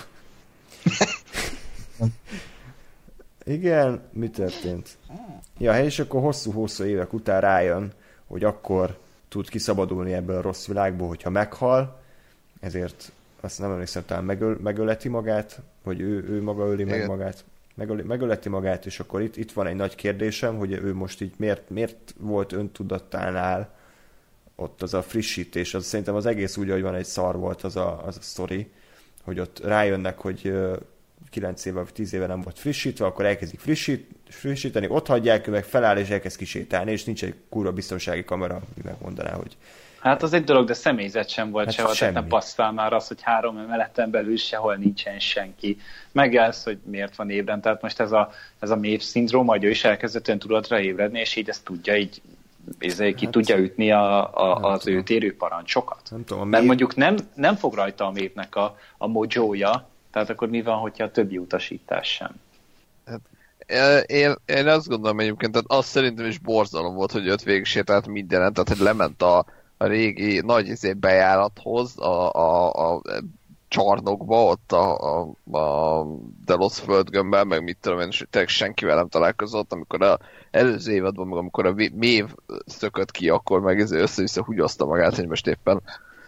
Igen, mi történt? Ja, és akkor hosszú-hosszú évek után rájön, hogy akkor tud kiszabadulni ebből a rossz világból, hogyha meghal, ezért azt nem emlékszem, talán megöleti magát, vagy ő maga öli meg magát. Megöleti magát, és akkor itt van egy nagy kérdésem, hogy ő most így miért volt öntudatánál ott az a frissítés, az szerintem az egész úgy, hogy van egy szar volt az a sztori, hogy ott rájönnek, hogy 9 éve vagy 10 éve nem volt frissítve, akkor elkezdik frissíteni, ott hagyják, ő meg feláll és elkezd kisétálni, és nincs egy kurva biztonsági kamera, ami megmondaná, hogy... Hát az egy dolog, de személyzet sem volt hát sehol, tehát nem passzál már az, hogy 3 emeleten belül sehol nincsen senki. Megjelsz, hogy miért van ébren, tehát most ez a Maeve-szindróma, hogy ő is elkezdett öntudatra ébredni, és így ezt tudja, így ki tudja ütni az őt érő parancsokat. Nem tudom, mert mondjuk nem fog rajta a Maeve-nek a mojója, tehát akkor mi van, hogyha a többi utasítás sem? Hát, én azt gondolom egyébként, tehát azt szerintem is borzalom volt, hogy ott végigsétált mindenen, tehát hogy lement a régi nagy bejárathoz, a csarnokba, ott a Delos földgömbben, meg mit tudom én, és tényleg senkivel nem találkozott, amikor az előző évadban, meg amikor a Maeve szökött ki, akkor meg össze-vissza húgyozta magát, hogy most éppen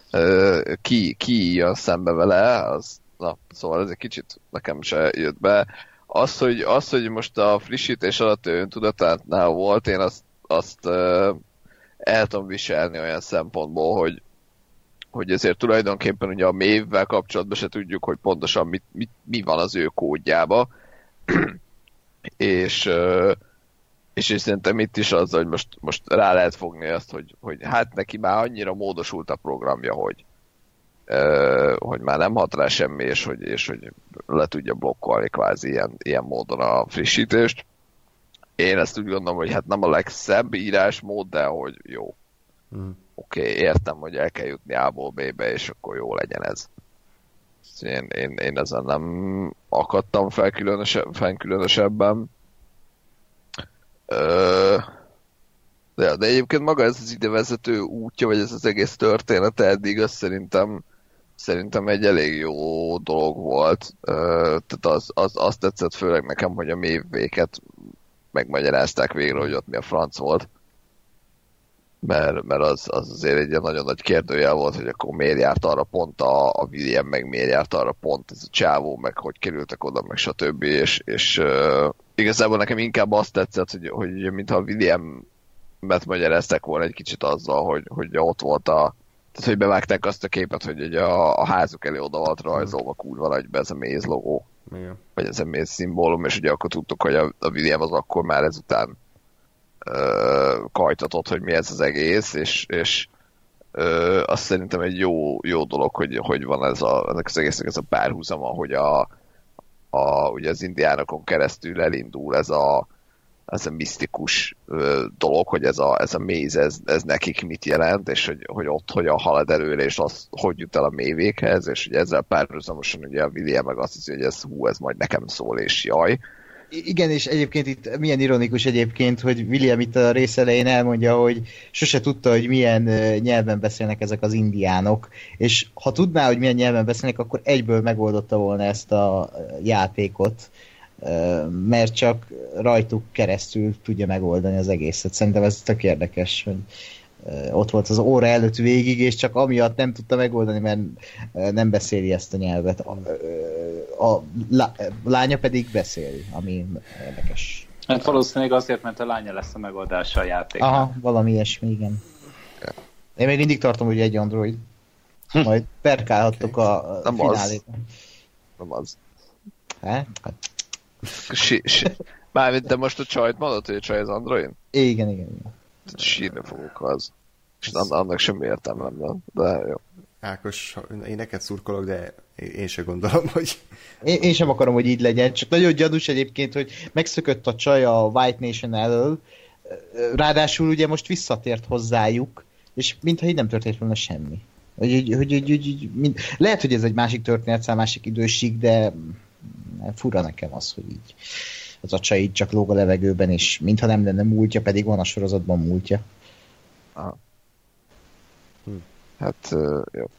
ki jön szembe vele, szóval ez egy kicsit nekem se jött be. Az, hogy most a frissítés alatt ő öntudatánál volt, én azt el tudom viselni olyan szempontból, hogy ezért tulajdonképpen ugye a Maeve-vel kapcsolatban se tudjuk, hogy pontosan mi van az ő kódjába. és szerintem itt is az, hogy most rá lehet fogni azt, hogy hát neki már annyira módosult a programja, hogy már nem hat rá semmi, és hogy le tudja blokkolni kvázi ilyen módon a frissítést. Én ezt úgy gondolom, hogy hát nem a legszebb írásmód, de hogy jó. Oké, értem, hogy el kell jutni A-ból B-be, és akkor jó legyen ez. Én ezen nem akadtam fel különösebben. De egyébként maga ez az idevezető útja, vagy ez az egész története eddig, az szerintem egy elég jó dolog volt. Tehát az tetszett főleg nekem, hogy a Maeve-véket megmagyarázták végre, hogy ott mi a franc volt. Mert az azért egy nagyon nagy kérdőjel volt, hogy akkor miért járt arra pont a William, meg miért járt arra pont ez a csávó, meg hogy kerültek oda, meg stb. És igazából nekem inkább azt tetszett, hogy mintha a William-et magyarázták volna egy kicsit azzal, hogy ott volt tehát, hogy bevágták azt a képet, hogy a házuk elé oda volt rajzolva kurva nagybe ez a Maze logó. Igen. Vagy ez a Maze szimbólum, és ugye akkor tudtuk, hogy a William az akkor már ezután kajtatott, hogy mi ez az egész, és azt szerintem egy jó dolog, hogy van ennek az egésznek ez a párhuzama, hogy ugye az indiánokon keresztül elindul ez a misztikus dolog, hogy ez a Maze, ez nekik mit jelent, és hogy ott hogyan halad előre, és az hogy jut el a Maeve-hez, és ugye ezzel párhuzamosan ugye a William meg azt hiszi, hogy ez majd nekem szól, és jaj. Igen, és egyébként itt milyen ironikus egyébként, hogy William itt a rész elején elmondja, hogy sose tudta, hogy milyen nyelven beszélnek ezek az indiánok, és ha tudná, hogy milyen nyelven beszélnek, akkor egyből megoldotta volna ezt a játékot, mert csak rajtuk keresztül tudja megoldani az egészet. Szerintem ez tök érdekes, hogy ott volt az óra előtt végig, és csak amiatt nem tudta megoldani, mert nem beszéli ezt a nyelvet. A lánya pedig beszéli, ami érdekes. Hát valószínűleg azért, mert a lánya lesz a megoldása a játéknak. Aha, valami ilyesmi, igen. Én még mindig tartom, hogy egy android. Majd perkálhattok a finálét. Nem az. Hát? Mármint, de most a csajt mondod, hogy a csaj az android? Igen. Sírni fogok az. És annak semmi értelme nem van, de jó. Ákos, én neked szurkolok, de Én se gondolom, hogy... Én sem akarom, hogy így legyen, csak nagyon gyanús egyébként, hogy megszökött a csaj a White Nation elől, ráadásul ugye most visszatért hozzájuk, és mintha így nem történt volna semmi. Lehet, hogy ez egy másik történetszál, másik időség, de fura nekem az, hogy így az a csaj így csak lóg a levegőben, és mintha nem lenne múltja, pedig van a sorozatban múltja. Hát, jó.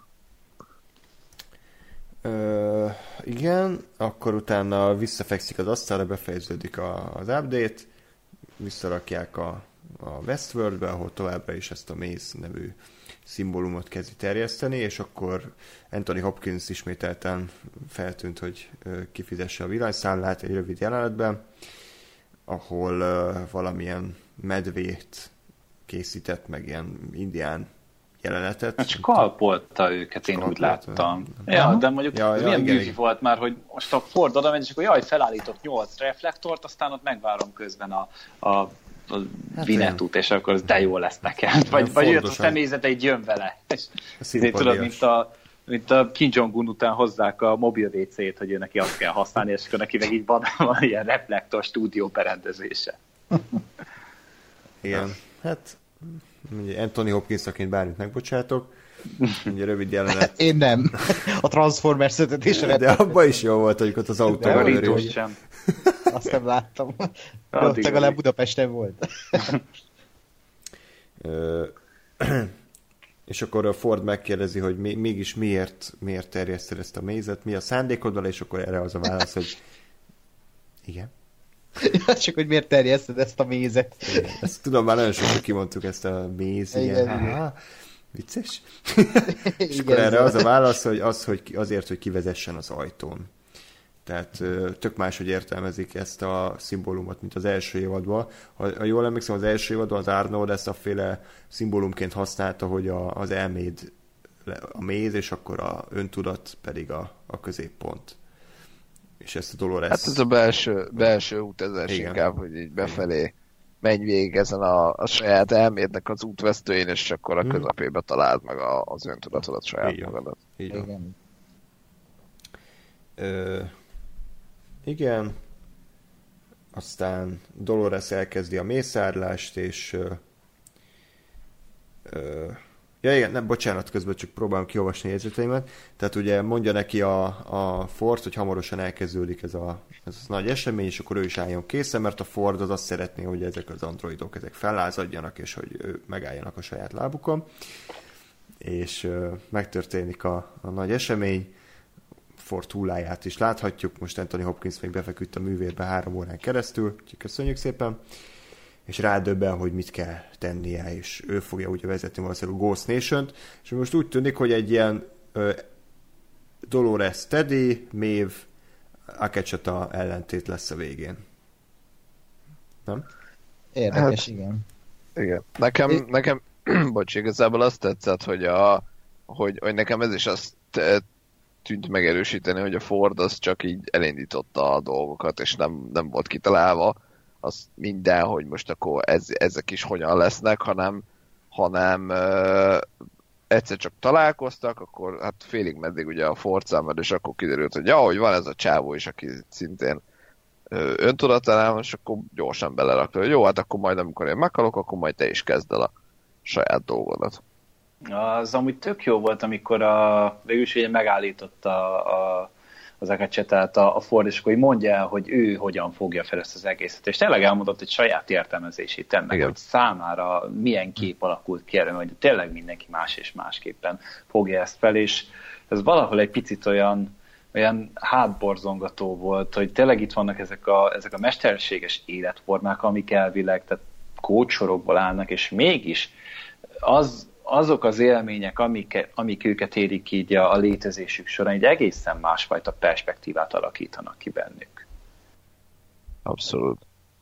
Igen, akkor utána visszafekszik az asztalra, befejeződik az update, visszarakják a Westworldbe, ahol továbbra is ezt a Maze nevű szimbólumot kezdi terjeszteni, és akkor Anthony Hopkins ismételten feltűnt, hogy kifizesse a villanyszámlát egy rövid jelenetben, ahol valamilyen medvét készített, meg ilyen indián jelenetet. Csak kalpolta őket, én úgy láttam. Ja, de mondjuk milyen művi volt már, hogy most a Ford oda megy, és akkor jaj, felállítok 8 reflektort, aztán ott megvárom közben a Vinettut, és akkor az de jó lesz nekem. Vagy jött a személyzete, így jön vele. És tudod, mint a Kim Jong-un után hozzák a mobil WC-t, hogy ő neki azt kell használni, és akkor neki meg így van ilyen reflektor stúdió berendezése. Igen, hát Anthony Hopkinsként bármit megbocsátok. Ugye rövid jelenet. Én nem. A Transformers szötetésre. De abban is jó volt, hogy ott az autóval sem. Azt nem láttam. Ott legalább Budapesten volt. És akkor a Ford megkérdezi, hogy mégis miért terjeszted ezt a mézet, mi a szándékoddal, és akkor erre az a válasz, hogy igen. Csak hogy miért terjeszted ezt a mézet. Igen. Ezt tudom, már nagyon sokszor kimondtuk ezt a méz, igen. Vicces? És akkor erre az a válasz, hogy azért, hogy kivezessen az ajtón. Tehát tök máshogy értelmezik ezt a szimbólumot, mint az első évadban. Ha jól emlékszem, az első évadban az Arnold ezt a féle szimbólumként használta, hogy az elméd a méz, és akkor a öntudat pedig a középpont. És ezt a Dolores... Hát ez a belső utazás inkább, hogy így befelé menj végig ezen a saját elmédnek az útvesztőjén, és akkor a közepébe találd meg az öntudatodat saját magadat. Igen. Igen. Aztán Dolores elkezdi a mészárlást, és ja igen, nem, bocsánat, közben csak próbálom kiolvasni a jegyzeteimet. Tehát ugye mondja neki a Ford, hogy hamarosan elkezdődik ez a nagy esemény, és akkor ő is álljon készen, mert a Ford az azt szeretné, hogy ezek az androidok ezek fellázadjanak, és hogy megálljanak a saját lábukon. És megtörténik a nagy esemény. Ford hulláját is láthatjuk. Most Anthony Hopkins még befeküdt a művérbe 3 órán keresztül, úgyhogy köszönjük szépen. És rádöbben, hogy mit kell tennie, és ő fogja ugye vezetni valószínűleg a Ghost Nation-t, és most úgy tűnik, hogy egy ilyen Dolores Teddy, Maeve, Akecheta ellentét lesz a végén. Nem? Érdekes, igen. Igen. Nekem bocs, igazából azt tetszett, hogy nekem ez is azt tűnt megerősíteni, hogy a Ford az csak így elindította a dolgokat, és nem volt kitalálva az minden, hogy most akkor ezek is hogyan lesznek, hanem egyszer csak találkoztak, akkor hát félig meddig ugye a Ford számára, és akkor kiderült, hogy hogy van ez a csávó is, aki szintén öntudatlan, és akkor gyorsan belerakta, hogy jó, hát akkor majd amikor én meghalok, akkor majd te is kezd el a saját dolgodat. Az amúgy tök jó volt, amikor végülis ugye megállította az Akechetát a Ford, és akkor mondja el, hogy ő hogyan fogja fel ezt az egészet. És tényleg elmondott egy saját értelmezését ennek, igen, hogy számára milyen kép alakult ki erre, hogy tényleg mindenki más és másképpen fogja ezt fel, és ez valahol egy picit olyan hátborzongató volt, hogy tényleg itt vannak ezek a mesterséges életformák, amik elvileg, tehát kódsorokból állnak, és mégis azok az élmények, amik őket érik így a létezésük során, egy egészen másfajta perspektívát alakítanak ki bennük. Abszolút.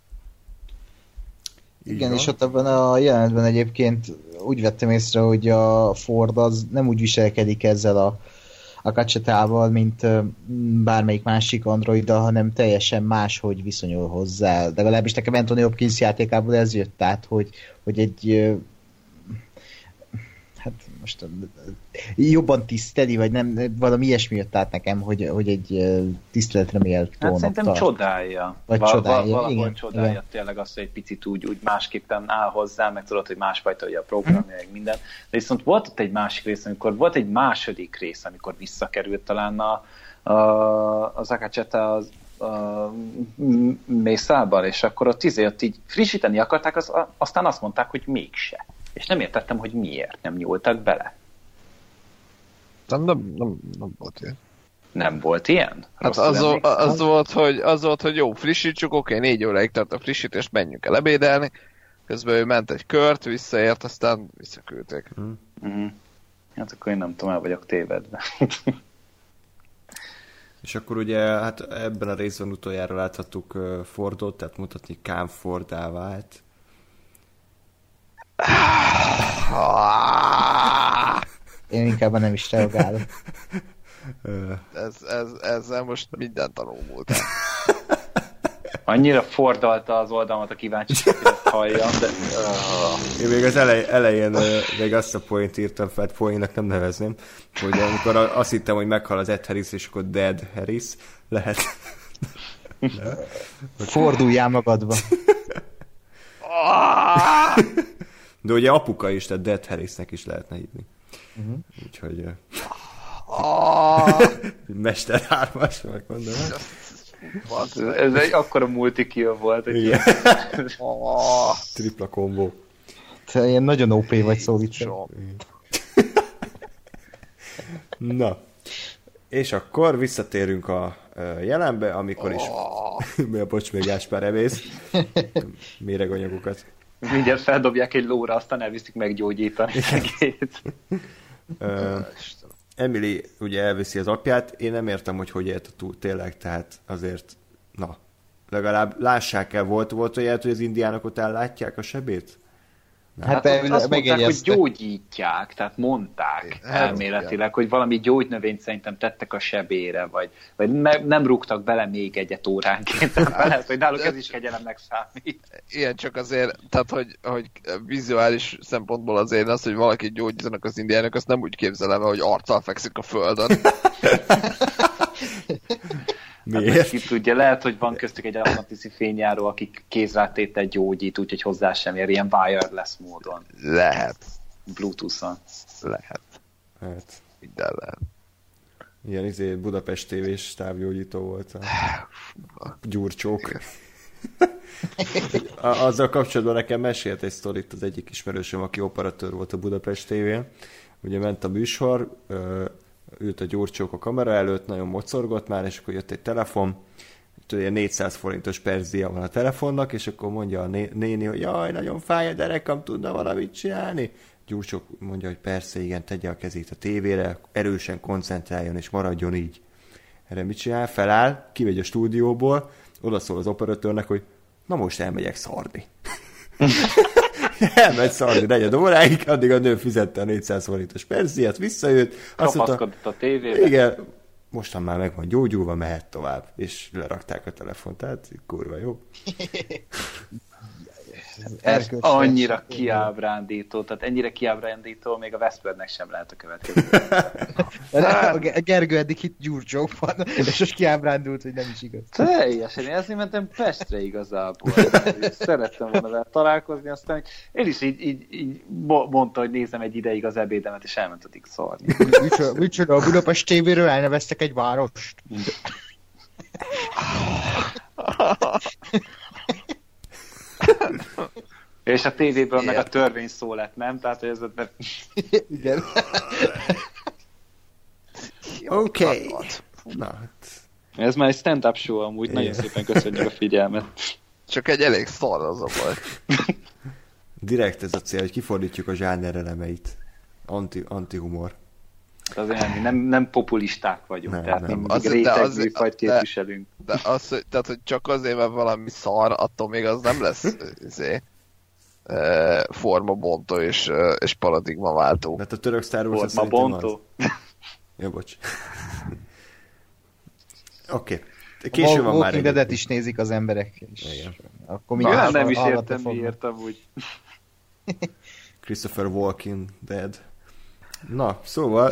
Igen, és ott abban a jelenetben egyébként úgy vettem észre, hogy a Ford az nem úgy viselkedik ezzel a Akechetával, mint bármelyik másik androiddal, hanem teljesen máshogy viszonyul hozzá. De legalábbis nekem Anthony Hopkins játékából ez jött át, hogy egy hát most jobban tiszteli, vagy nem, valami ilyesmi jött át nekem, hogy egy tiszteletre méltónak hát szerintem tart. csodálja. Vagy csodálja, valahol igen, csodálja igen. tényleg azt, hogy egy picit úgy másképpen áll hozzá, meg tudod, hogy másfajta ugye a programja, meg minden. De viszont volt ott egy másik rész, amikor volt egy második rész, amikor visszakerült talán az Akacheta az Mészában, és akkor ott így frissíteni akarták, aztán azt mondták, hogy mégse. És nem értettem, hogy miért nem nyúltak bele. Nem volt ilyen. Nem volt ilyen? Hát Rosszul az volt, hogy jó, frissítsük, oké, 4 óráig tart a frissítést, menjünk el ebédelni. Közben ő ment egy kört, visszaért, aztán visszaküldték. Mm. Hát akkor én nem tudom, el vagyok tévedve. És akkor ugye hát ebben a részben utoljára láthattuk Fordot, tehát mutatni Kán Fordá vált. Én inkább nem is reagálok. Ezzel most mindent tanulmultál. Annyira fordalta az oldalmat a kíváncsiság, hogy ezt halljam, de... Én még az elején még azt a point írtam fel, pointnak nem nevezném, hogy amikor azt hittem, hogy meghal az Ed Harris, és akkor Dead Harris lehet. Forduljál magadba. De ugye apuka is, tehát Dead Harrisnek is lehetne hívni. Úgyhogy... Mester 3-as, megmondom. Ez egy akkora multikill volt. Hogy Tripla kombó. Te ilyen nagyon OP vagy szó vicce. Na. És akkor visszatérünk a jelenbe, amikor is... Bocs, még Gáspár emész. Méreganyagokat. Mindjárt feldobják egy lóra, aztán elviszik meggyógyítani segít. Emily ugye elviszi az apját, én nem értem, hogy élte túl tényleg, tehát azért, na, legalább lássák el, volt olyan, hogy az indiánok ott ellátják a sebét? Hát azt mondták, hogy gyógyítják, tehát mondták elméletileg, hogy valami gyógynövényt szerintem tettek a sebére, vagy nem rúgtak bele még egyet óránként, tehát lehet, hogy náluk ez is kegyelemnek számít. Igen, csak azért, tehát hogy vizuális szempontból azért az, hogy valaki gyógyítanak az indiánok, azt nem úgy képzelem el, hogy arccal fekszik a földön. Miért? Hát, ki tudja, lehet, hogy van köztük egy Atlantiszi fényjáró, akik kézrátétel gyógyít, úgyhogy hozzá sem ér, ilyen wireless módon. Lehet. Bluetooth-on. Lehet. Hát. Minden lehet. Ilyen Budapest TV-s távgyógyító volt a Gyurcsók. Azzal kapcsolatban nekem mesélt egy sztorit az egyik ismerősöm, aki operatőr volt a Budapest TV-n. Ugye ment a műsor, ült a Gyurcsók a kamera előtt, nagyon mocorgott már, és akkor jött egy telefon, ugye 400 forintos perzia van a telefonnak, és akkor mondja a néni, hogy jaj, nagyon fáj a derekam, tudna valamit csinálni? Gyurcsók mondja, hogy persze, igen, tegye a kezét a tévére, erősen koncentráljon, és maradjon így. Erre mit csinál? Feláll, kimegy a stúdióból, odaszól az operatőrnek, hogy na most elmegyek szarni. Elmegy szarni 4 óráig, addig a nő fizette a 400 forintos perziát, visszajött. Kapaszkodott a tévébe. Igen, mostan már meg van gyógyulva, mehet tovább. És lerakták a telefont, tehát kurva jó. Ez annyira kiábrándító, tehát ennyire kiábrándító, még a Westworldnek sem lehet a következő. A Gergő eddig itt Gyurcsókban, és most kiábrándult, hogy nem is igaz. Teljesen, én ezért mentem Pestre igazából. Szerettem volna vele találkozni, aztán én is így mondta, hogy nézem egy ideig az ebédemet, és elment addig szarni. Micsoda, a Budapest TV-ről elneveztek egy várost. És a tévéből meg a törvény szó lett, nem? Tehát, hogy ez... Igen. Oké. Na, hát. Ez már egy stand-up show amúgy, nagyon szépen köszönjük a figyelmet. Csak egy elég szar az a baj. Direkt ez a cél, hogy kifordítjuk a zsáner elemeit. Anti-humor. Azért nem populisták vagyunk, nem, tehát nem. mindig rétegműfajt képviselünk. De az, tehát, hogy csak azért, mert valami szar, attól még az nem lesz formabontó és paradigmaváltó. Mert a török Star Wars Formabontó? Jó, bocs. Oké. Késő van már. Walking Dead-et is nézik az emberek. És akkor nem is értem, miért amúgy. Christopher Walking Dead. Na, szóval...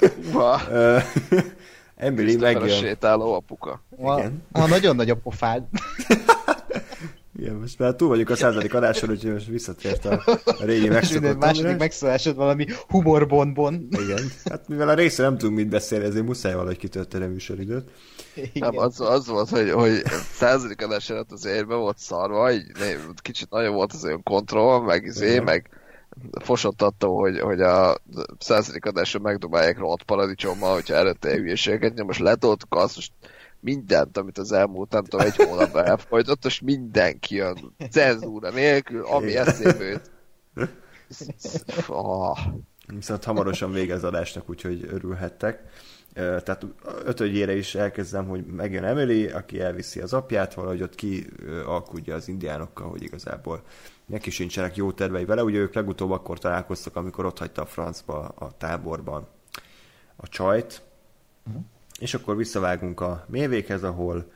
Emily megjön. Sétáló apuka. Igen. Nagyon nagy a pofád. Igen, most már túl vagyunk a 100. adáson, úgyhogy most visszatért a régi megszokott. Második megszólásod valami humorbonbon. Igen. Hát mivel a részre nem tudunk mit beszélni, ezért muszáj valahogy kitölteni a műsoridőt. Nem, az volt, hogy 100. adás előtt az érbe volt szarva, így kicsit nagyon volt az olyan kontroll, meg fosott attól, hogy a 100. adáson megdobálják rohadt paradicsommal, hogyha előtte hülyeségeket, most letoltuk azt, most mindent, amit az elmúlt, nem tudom, egy hónapban elfolytott, most mindenki jön cenzúra nélkül, ami eszébe jut. Viszont hamarosan vége az adásnak, úgyhogy örülhettek. Tehát ötödjére is elkezdem, hogy megjön Emily, aki elviszi az apját, valahogy ott kialkudja az indiánokkal, hogy igazából neki sincsenek jó tervei vele. Ugye ők legutóbb akkor találkoztak, amikor ott hagyta a francba a táborban a csajt. És akkor visszavágunk a mévékhez, ahol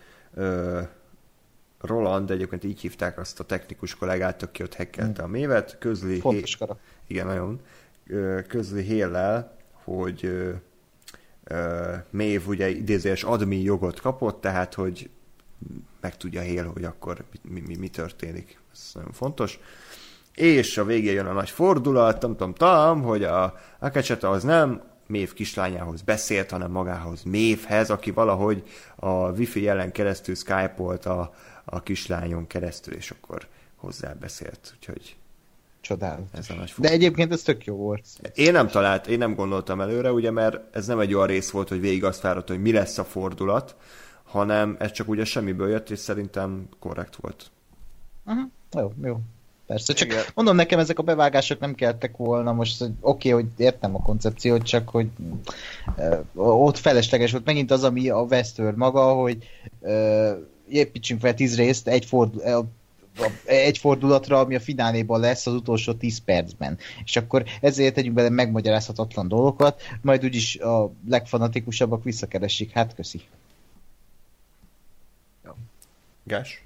Roland, egyébként így hívták azt a technikus kollégát, aki ott hekkelte a mévet, közli... Fontos karakter. Igen, nagyon. Közli Hale-lel, hogy Maeve ugye idézőes admin jogot kapott, tehát hogy megtudja Hale, hogy akkor mi történik. Ez nagyon fontos. És a végén jön a nagy fordulat, hogy a Akecheta az nem Maeve kislányához beszélt, hanem magához Maeve-hez, aki valahogy a Wi-Fi jelen keresztül Skype-olt a kislányon keresztül, és akkor hozzá beszélt. Úgyhogy csodálatos. De egyébként ez tök jó volt. Én nem gondoltam előre, ugye, mert ez nem egy olyan rész volt, hogy végig azt várott, hogy mi lesz a fordulat, hanem ez csak ugye semmiből jött, és szerintem korrekt volt. Jó. Persze, csak igen. Mondom, nekem ezek a bevágások nem kellettek volna, most oké, hogy értem a koncepciót, csak hogy ott felesleges volt megint az, ami a Westworld maga, hogy építsünk fel 10 részt egy fordulatra, ami a fináléban lesz az utolsó 10 percben. És akkor ezért tegyünk bele megmagyarázhatatlan dolgokat, majd úgyis a legfanatikusabbak visszakeresik. Hát köszi. Gás?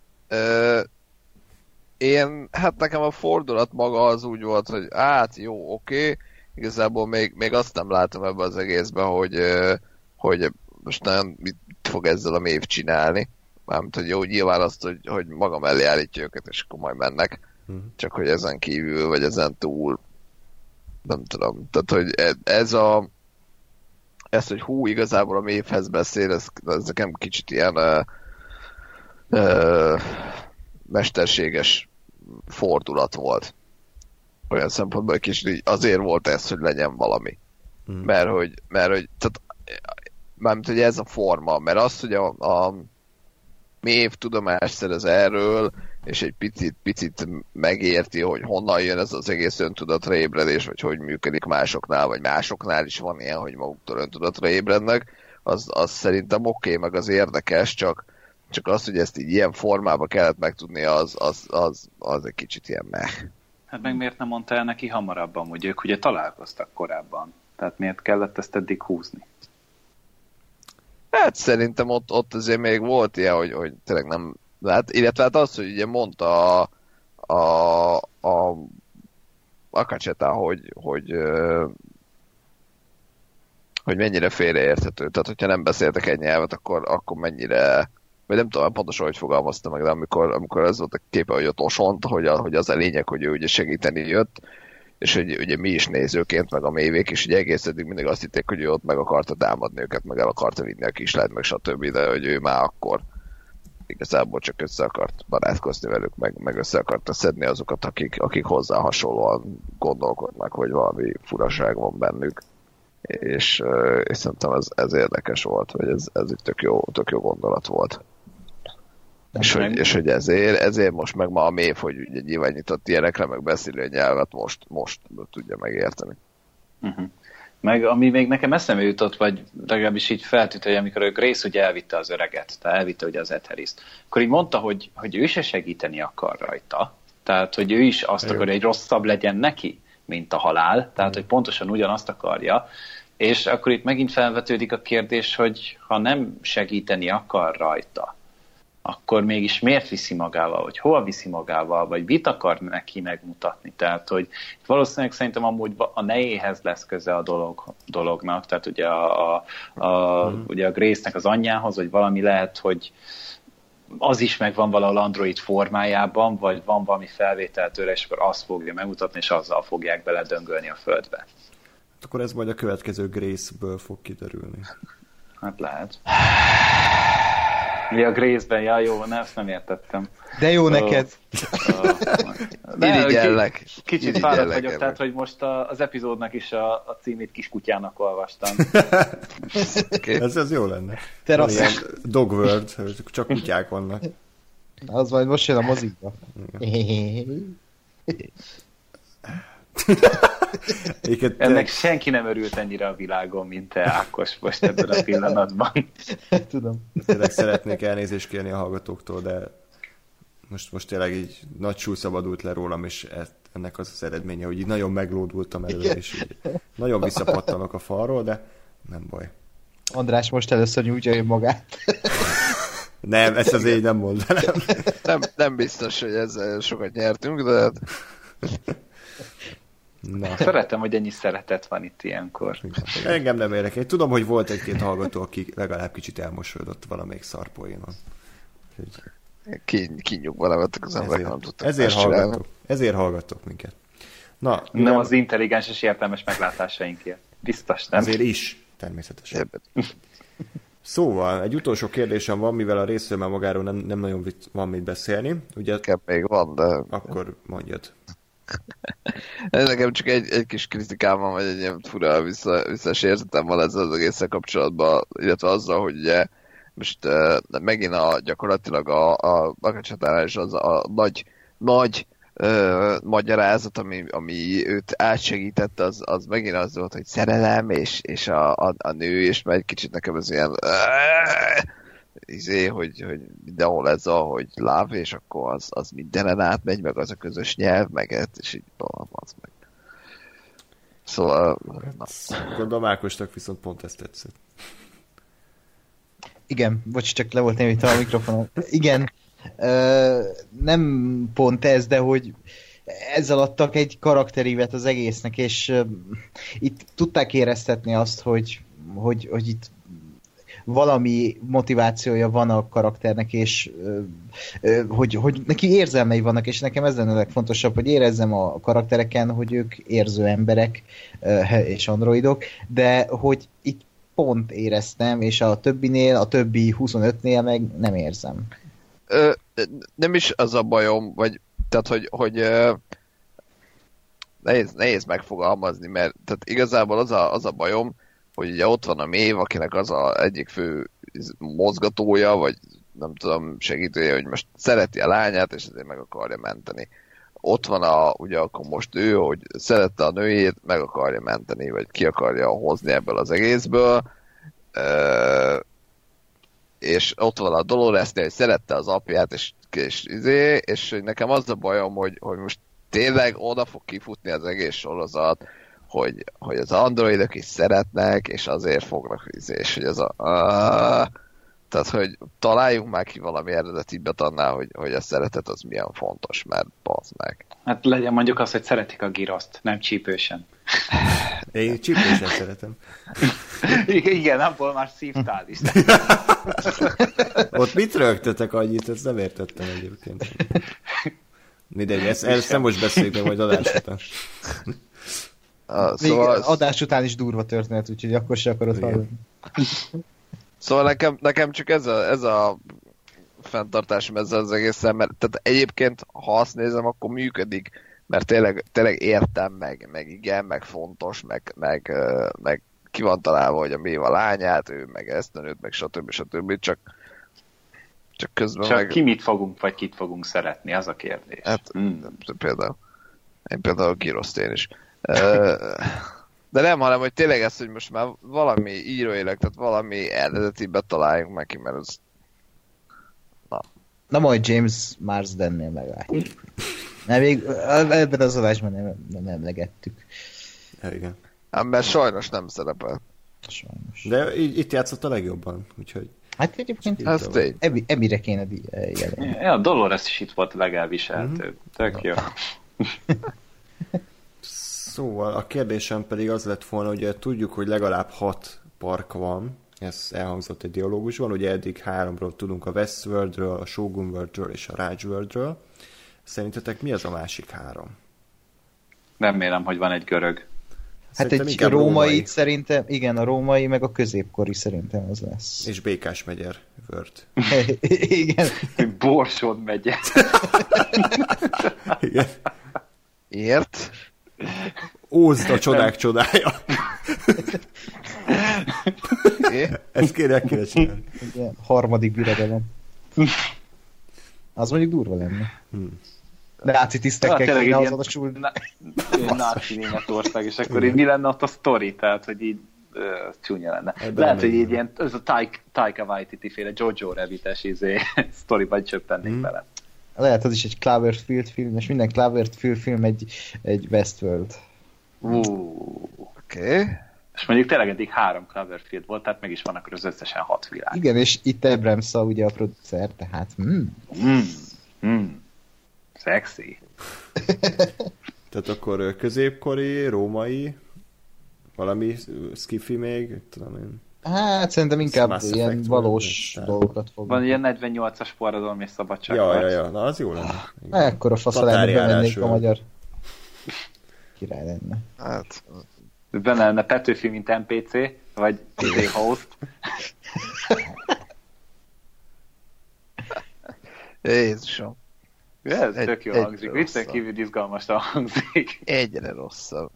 Hát nekem a fordulat maga az úgy volt, hogy jó, oké. Igazából még azt nem látom ebben az egészben, hogy most nagyon mit fog ezzel a Maeve csinálni. Mármint, hogy jó, nyilván azt, hogy maga mellé állítja őket, és akkor majd mennek. Csak hogy ezen kívül, vagy ezen túl nem tudom. Tehát, hogy ez, hogy igazából a Maeve-hez beszél, ez nekem kicsit ilyen mesterséges fordulat volt. Olyan szempontból egy kicsit azért volt ez, hogy legyen valami. Mert hogy tehát, mármint, hogy ez a forma, mert az, hogy a Maeve tudomást szerez erről, és egy picit megérti, hogy honnan jön ez az egész öntudatra ébredés, vagy hogy működik másoknál, vagy másoknál is van ilyen, hogy maguktól öntudatra ébrednek, az szerintem oké, meg az érdekes, csak az, hogy ezt így ilyen formában kellett megtudni, az egy kicsit ilyen meh. Hát meg miért nem mondta el neki hamarabb amúgy? Ők ugye találkoztak korábban. Tehát miért kellett ezt eddig húzni? Hát szerintem ott azért még volt ilyen, hogy tényleg nem... Hát, illetve hát az, hogy ugye mondta a Akecheta, hogy mennyire félreérthető. Tehát, hogyha nem beszéltek egy nyelvet, akkor mennyire... Vagy nem tudom pontosan, hogy fogalmazta meg, de amikor ez volt a képe, hogy ott osont, hogy az a lényeg, hogy ő ugye segíteni jött, és hogy ugye mi is nézőként, meg a mévék is, ugye egész eddig mindig azt hitték, hogy ő ott meg akarta támadni őket, meg el akarta vinni a kislányt, meg stb., de hogy ő már akkor igazából csak össze akart barátkozni velük, meg össze akarta szedni azokat, akik hozzá hasonlóan gondolkodnak, hogy valami furaság van bennük. És szerintem ez érdekes volt, hogy ez egy tök jó gondolat volt. És hogy ezért most meg ma a Maeve, hogy ugye nyilván nyitott ilyenekre, meg beszélő nyelvet most tudja megérteni. Meg ami még nekem eszembe jutott, vagy legalábbis így feltűnt, hogy amikor ő Grace ugye elvitte az öreget, tehát elvitte ugye az Etheriszt, akkor így mondta, hogy ő se segíteni akar rajta. Tehát, hogy ő is azt akarja, hogy rosszabb legyen neki, mint a halál. Tehát, hogy pontosan ugyanazt akarja. És akkor itt megint felvetődik a kérdés, hogy ha nem segíteni akar rajta, akkor mégis miért viszi magával, vagy hol viszi magával, vagy mit akar neki megmutatni. Tehát, hogy valószínűleg szerintem amúgy a nejéhez lesz köze a dolognak, tehát ugye a Grace-nek az anyjához, vagy valami lehet, hogy az is megvan valahol Android formájában, vagy van valami felvétel tőle, és akkor azt fogja megmutatni, és azzal fogják beledöngölni a földbe. Akkor ez majd a következő Grace-ből fog kiderülni. Hát lehet. Mi a Grace-ben? Ja, jó, ezt nem értettem. De jó neked. Irigyellek. Kicsit fáradt vagyok, tehát, hogy most az epizódnak is a címét kiskutyának olvastam. Okay. Ez jó lenne. Ilyen Dog World, csak kutyák vannak. Az majd most jön a mozikba. Ennek senki nem örült ennyire a világon, mint te, Ákos, most ebben a pillanatban. Tudom. Tényleg szeretnék elnézést kérni a hallgatóktól, de most tényleg így nagy súly szabadult le rólam, és ennek az eredménye, hogy így nagyon meglódultam előre, és így nagyon visszapattanok a falról, de nem baj. András most először nyújtja magát. Nem, ezt azért így nem mondanám. Nem biztos, hogy ezzel sokat nyertünk, de... Na. Szeretem, hogy ennyi szeretet van itt ilyenkor. Engem nem érdekel. Tudom, hogy volt egy-két hallgató, aki legalább kicsit elmosolyodott valamelyik szarpoénon. Kinyugva levettek az emberek, nem tudtak ezért hallgattok minket. Na, nem az intelligens és értelmes meglátásainkért. Biztos nem. Azért is, természetesen. Szóval, egy utolsó kérdésem van, mivel a részről már magáról nem nagyon van mit beszélni. Ugye? Még van, de... Akkor mondjad. Ez nekem csak egy kis kritikám van, vagy egy ilyen fura visszás érzetem van ezzel az egészen kapcsolatban, illetve azzal, hogy ugye most megint gyakorlatilag a Bakacsatánál is az a nagy magyarázat, ami őt átsegített, az megint az volt, hogy szerelem, és a nő, és már egy kicsit nekem ez ilyen hogy mindenhol ez hogy love, és akkor az mindenen átmegy, meg az a közös nyelv, meg és így az meg. Szóval... Gondolom Ákosnak viszont pont ezt tetszett. Igen, bocs, csak le volt némítve a mikrofonon. Igen, nem pont ez, de hogy ezzel adtak egy karakterívet az egésznek, és itt tudták éreztetni azt, hogy itt valami motivációja van a karakternek, és hogy neki érzelmei vannak, és nekem ez lenne a legfontosabb, hogy érezzem a karaktereken, hogy ők érző emberek és androidok, de hogy itt pont éreztem, és a többi 25-nél meg nem érzem. Nem is az a bajom, vagy tehát, hogy nehéz megfogalmazni, mert tehát igazából az a bajom, hogy ugye ott van a Maeve, akinek az egyik fő mozgatója, vagy nem tudom, segítője, hogy most szereti a lányát, és ezért meg akarja menteni. Ott van ugye akkor most ő, hogy szerette a nőjét, meg akarja menteni, vagy ki akarja hozni ebből az egészből. És ott van a Doloresnél, hogy szerette az apját, és nekem az a bajom, hogy most tényleg oda fog kifutni az egész sorozat, hogy az androidok is szeretnek, és azért fognak és hogy ez tehát, hogy találjunk már ki valami eredetibbet annál, hogy a szeretet az milyen fontos, mert bazd meg. Hát legyen mondjuk azt, hogy szeretik a giroszt, nem csípősen. Én csípősen szeretem. Igen, abból már szívtál is. Ott mit rögtetek annyit, ezt nem értettem egyébként. Mindegy, ezt nem most beszéljük, de majd adás után. Szóval adás után is durva történet, úgyhogy akkor se akarod hallani. Szóval nekem csak ez a fenntartásom ezzel az egészen, mert tehát egyébként, ha azt nézem, akkor működik, mert tényleg értem, meg igen, meg fontos, meg ki van találva, hogy a Maeve a lányát, ő meg ezt a nőt, meg stb. Csak közben csak ki mit fogunk, vagy kit fogunk szeretni, az a kérdés. Hát például a Giroszt én is. De nem, hanem, hogy tényleg ez, hogy most már valami íróileg, tehát valami eredetibbet találjunk neki, mert az... Na majd James Marsdennél meglátjuk. Még ebben az adásban nem emlegettük. Ja, igen. Mert sajnos nem szerepel. Sajnos. De itt játszott a legjobban, úgyhogy... Hát egyébként Emire kéne jelenni. Ja, a Dolores is itt volt legelviseltő. Tök jó. Szóval a kérdésem pedig az lett volna, hogy tudjuk, hogy legalább 6 park van, ez elhangzott egy dialógusban, ugye eddig 3-ról tudunk, a Westworldről, a Shogun Worldről és a Raj Worldről. Szerintetek mi az a másik 3? Remélem, hogy van egy görög. Hát egy római szerintem, igen, a római, meg a középkori szerintem az lesz. És Békás megyer World. Igen. Borsod megye. Igen. Ért? Ózd a csodák csodája. Ezt kéne csinálni. Igen, harmadik birodalom. Az mondjuk durva lenne. Náci tisztekkel kéne azonosulni. Náci Németország, és akkor így mi lenne ott a sztori? Tehát, hogy így csúnya lenne. Lehet, hogy így ilyen, ez a Taika Waititi-féle Jojo Rabbit-es sztoriban csöppennék bele. Lehet, az is egy Cloverfield film, és minden Cloverfield film egy Westworld. Oké. És mondjuk tényleg eddig 3 Cloverfield volt, tehát meg is vannak az összesen 6 világ. Igen, és itt Abrams ugye a producer, tehát Szexi. Tehát akkor középkori, római, valami skifi még, tudom én. Hát szerintem inkább ilyen valós dolgokat fog. Van ilyen 48-as forradalom és szabadság. Ja, na az jó lenne. Ekkora faszalába bemennék a magyar. Király lenne. Hát... Benne lenne Petőfi, mint NPC, vagy host. Jézusom. Ez tök jó hangzik. Viccen kívül izgalmasan hangzik. Egyre rosszabb.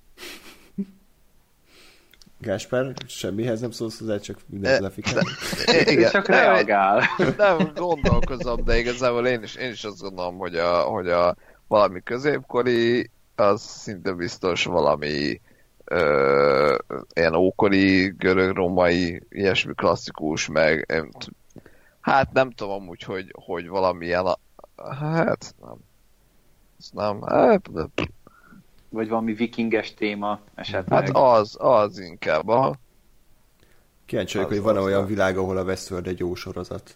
Gáspár, semmihez nem szólsz hozzá, csak mindent lefikál. Csak reagál. Nem gondolkozom, de igazából én is azt gondolom, hogy a valami középkori, az szinte biztos valami ilyen ókori, görög-római, ilyesmi klasszikus, meg hát nem tudom amúgy, hogy valamilyen hát nem. Vagy valami vikinges téma esetleg. Hát az inkább. Kíváncsi vagyok, hogy van olyan világ, ahol a Westworld egy jó sorozat.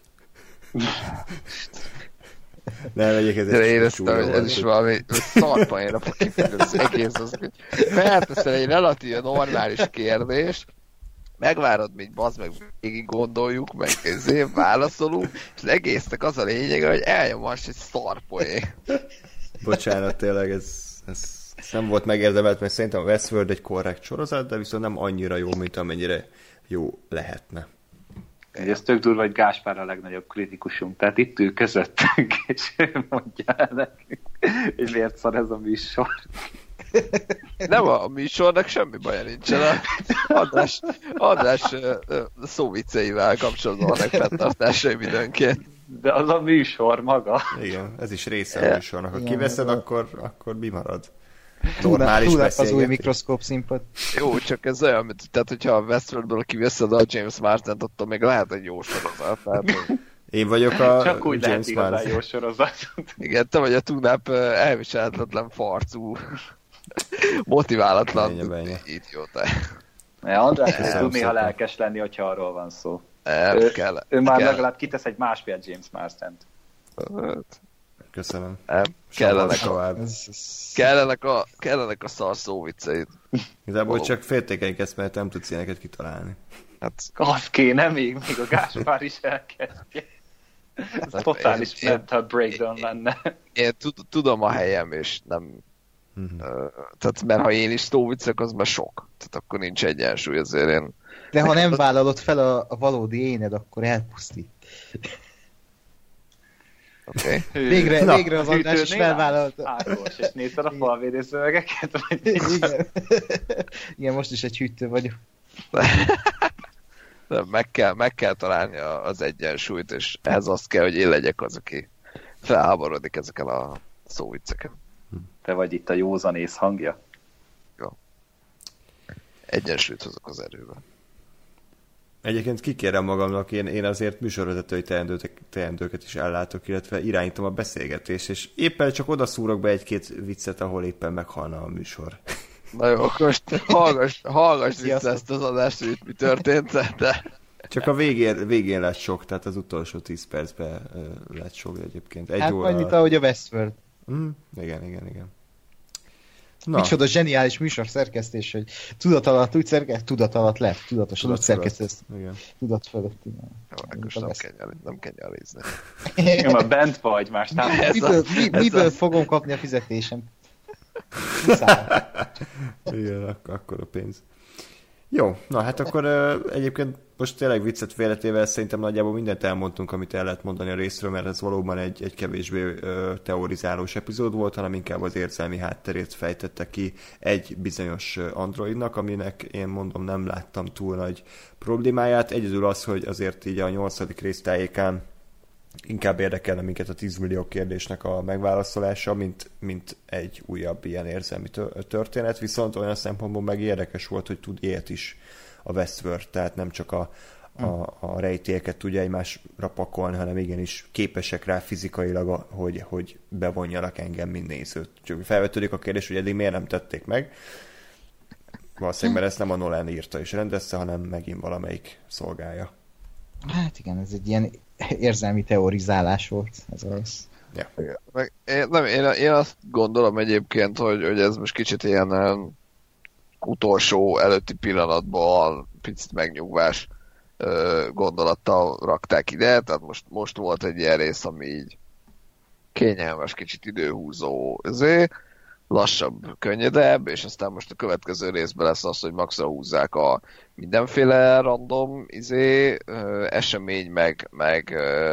Nem, egyébként ez is valami szarpainra fog kifejlődni az egész. Az, felteszel egy relatíve normális kérdést, megvárod, míg bazd meg végig gondoljuk, meg válaszolunk, és az egésznek az a lényege, hogy elnyomás egy szarpoén. Bocsánat, tényleg ez nem volt megérdemelt, mert szerintem a Westworld egy korrekt sorozat, de viszont nem annyira jó, mint amennyire jó lehetne. Ez tök durva, hogy Gáspár a legnagyobb kritikusunk, tehát itt ül közöttünk, és ő mondja el nekünk, hogy miért szar ez a műsor. Nem a műsornak semmi baja nincsen. András szóvicceivel kapcsolatban vannak fenntartásaim időnként. De az a műsor maga. Igen, ez is része a műsornak. Ha kiveszed, akkor mi marad? Normális az új mikroszkóp színpad. Jó, csak ez olyan, mint, tehát hogyha a Westworldből kiveszed a James Marsden-t, attól még lehet egy jó sorozat. Tehát, én vagyok a csak úgy James lehet igazán jó sorozat. Igen, te vagy a Tunap elviselhetetlen farcú, motiválatlan idióta. András tud néha lelkes lenni, hogyha arról van szó. Ő már legalább kitesz egy másfél James Marsden-t. Köszönöm. Kellenek a szar szóvicceid. Igazából csak féltékenyik ezt, mert nem tudsz ilyeneket kitalálni. Hát, az kéne még a Gáspár is elkezdje. Ez totális mental breakdown lenne. Én tudom a helyem, és nem... tehát mert ha én is szóviccek, az már sok. Tehát akkor nincs egyensúly, azért én... De ha nem vállalod fel a valódi éned, akkor elpusztít. Okay. Végre az András is felvállalta. Ágos, és nézted a falvédőszövegeket? Igen, most is egy hűtő vagyok. Meg kell találni az egyensúlyt, és ehhez azt kell, hogy én legyek az, aki felháborodik ezeken a szóvicceken. Te vagy itt a józanész hangja? Jó. Egyensúlyt hozok az erőben. Egyébként kikérem magamnak, én azért műsorvezetői teendőket is ellátok, illetve irányítom a beszélgetést, és éppen csak oda szúrok be egy-két viccet, ahol éppen meghalna a műsor. Na jó, akkor most hallgass vissza ezt az adást, hogy itt mi történt, de... Csak a végén lett sok, tehát az utolsó 10 percben lett sok egyébként. Hát majd mint ahogy a Westworld. Igen. Na. Micsoda zseniális műsor szerkesztés, hogy tudat alatt úgy tudat alatt lett, tudatosan úgy szerkesztesz. Tudat fölött. Nem kell nyalizni. Jó, már bent vagy más. Miből fogom kapni a fizetésem? Igen, akkor a pénz. Jó, na hát akkor egyébként most tényleg viccet félretével szerintem nagyjából mindent elmondtunk, amit el lehet mondani a részről, mert ez valóban egy kevésbé teorizálós epizód volt, hanem inkább az érzelmi hátterét fejtette ki egy bizonyos androidnak, aminek én mondom nem láttam túl nagy problémáját. Egyedül az, hogy azért így a 8. rész tájékán inkább érdekelne minket a 10 millió kérdésnek a megválaszolása, mint egy újabb ilyen érzelmi történet, viszont olyan szempontból meg érdekes volt, hogy tud ilyet is a Westworld, tehát nem csak a rejtélyeket tudja egymásra pakolni, hanem igenis képesek rá fizikailag, hogy bevonjanak engem, mint nézőt. Csak felvetődik a kérdés, hogy eddig miért nem tették meg. Valószínűleg, mert ezt nem a Nolan írta és rendezte, hanem megint valamelyik szolgálja. Hát igen, ez egy ilyen érzelmi teorizálás volt, ez az. Ja. Én azt gondolom egyébként, hogy ez most kicsit ilyen utolsó előtti pillanatban picit megnyugvás gondolattal rakták ide, tehát most volt egy ilyen rész, ami így kényelmes, kicsit időhúzó, lassabb, könnyedebb, és aztán most a következő részben lesz az, hogy maxra húzzák a mindenféle random esemény, meg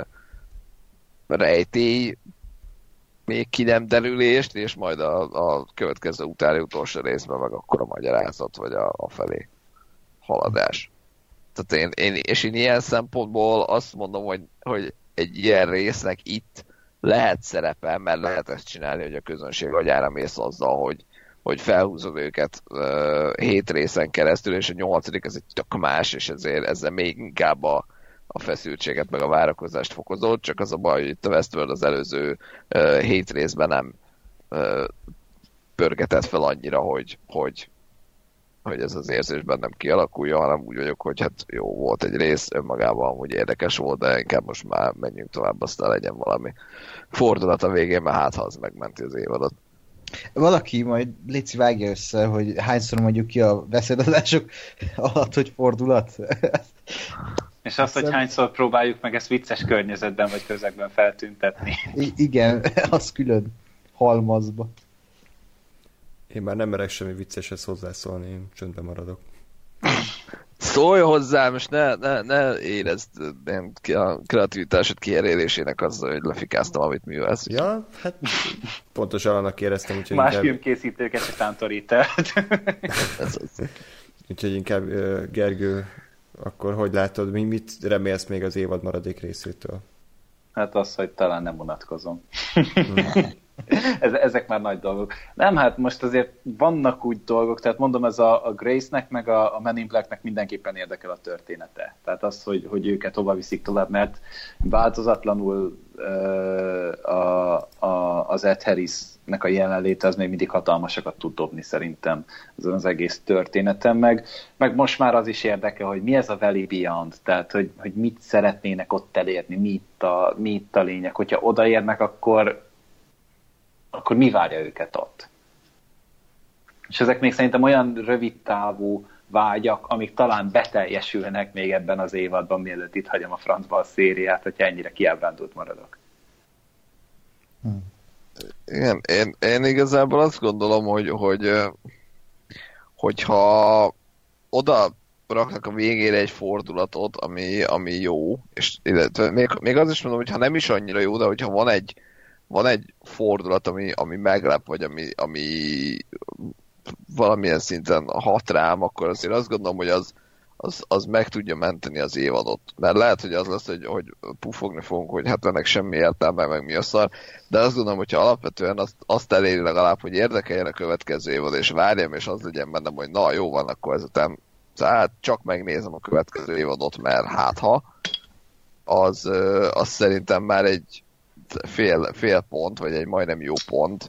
rejtély még ki nem derülést, és majd a következő utáni utolsó részben meg akkor a magyarázat, vagy a felé haladás. Tehát én ilyen szempontból azt mondom, hogy egy ilyen résznek itt lehet szerepe, mert lehet ezt csinálni, hogy a közönség agyára mész azzal, hogy felhúzod őket 7 részen keresztül, és a 8. ez egy tök más, és ezzel még inkább a feszültséget, meg a várakozást fokozott, csak az a baj, hogy itt a Westworld az előző 7 részben nem pörgetett fel annyira, hogy ez az érzés bennem kialakulja, hanem úgy vagyok, hogy hát jó, volt egy rész, önmagában amúgy érdekes volt, de inkább most már menjünk tovább, aztán legyen valami fordulat a végén, mert hát ha az megmenti az évadot. Valaki majd léci vágja össze, hogy hányszor mondjuk ki a beszédadások alatt, hogy fordulat. És azt, hogy hányszor próbáljuk meg ezt vicces környezetben vagy közegben feltüntetni. Igen, az külön halmazba. Én már nem merek semmi vicceshez hozzászólni, én csöndben maradok. Szólj hozzám, és ne érezd a kreativitásod kiherélésének azzal, hogy lefikáztam, amit művelsz. Ja, hát pontosan annak éreztem, úgyhogy más filmkészítőket se tántorítelt. Úgyhogy inkább Gergő, akkor hogy látod, mit remélsz még az évad maradék részétől? Hát az, hogy talán nem unatkozom. Ezek már nagy dolgok. Nem, hát most azért vannak úgy dolgok, tehát mondom, ez a Grace-nek, meg a Men in Black-nek mindenképpen érdekel a története. Tehát az, hogy őket hova viszik tovább, mert változatlanul az Ed Harrisnek a jelenléte az még mindig hatalmasakat tud dobni szerintem az egész történeten, meg most már az is érdekel, hogy mi ez a Valley Beyond, tehát hogy mit szeretnének ott elérni, mi itt a lényeg. Hogyha odaérnek, akkor mi várja őket ott? És ezek még szerintem olyan rövid távú vágyak, amik talán beteljesülnek még ebben az évadban, mielőtt itt hagyom a francba a szériát, hogyha ennyire kiábrándult maradok. Igen, én igazából azt gondolom, hogyha oda raknak a végére egy fordulatot, ami jó, és illetve még az is mondom, hogy ha nem is annyira jó, de hogyha van egy fordulat, ami meglep, vagy ami valamilyen szinten hat rám, akkor azért azt gondolom, hogy az meg tudja menteni az évadot. Mert lehet, hogy az lesz, hogy pufogni fogunk, hogy hát ennek semmi értelme, meg mi a szar, de azt gondolom, hogyha alapvetően azt eléri legalább, hogy érdekeljen a következő évad, és várjam, és az legyen bennem, hogy na jó van, akkor ezután hát csak megnézem a következő évadot, mert hát ha az szerintem már egy fél pont, vagy egy majdnem jó pont.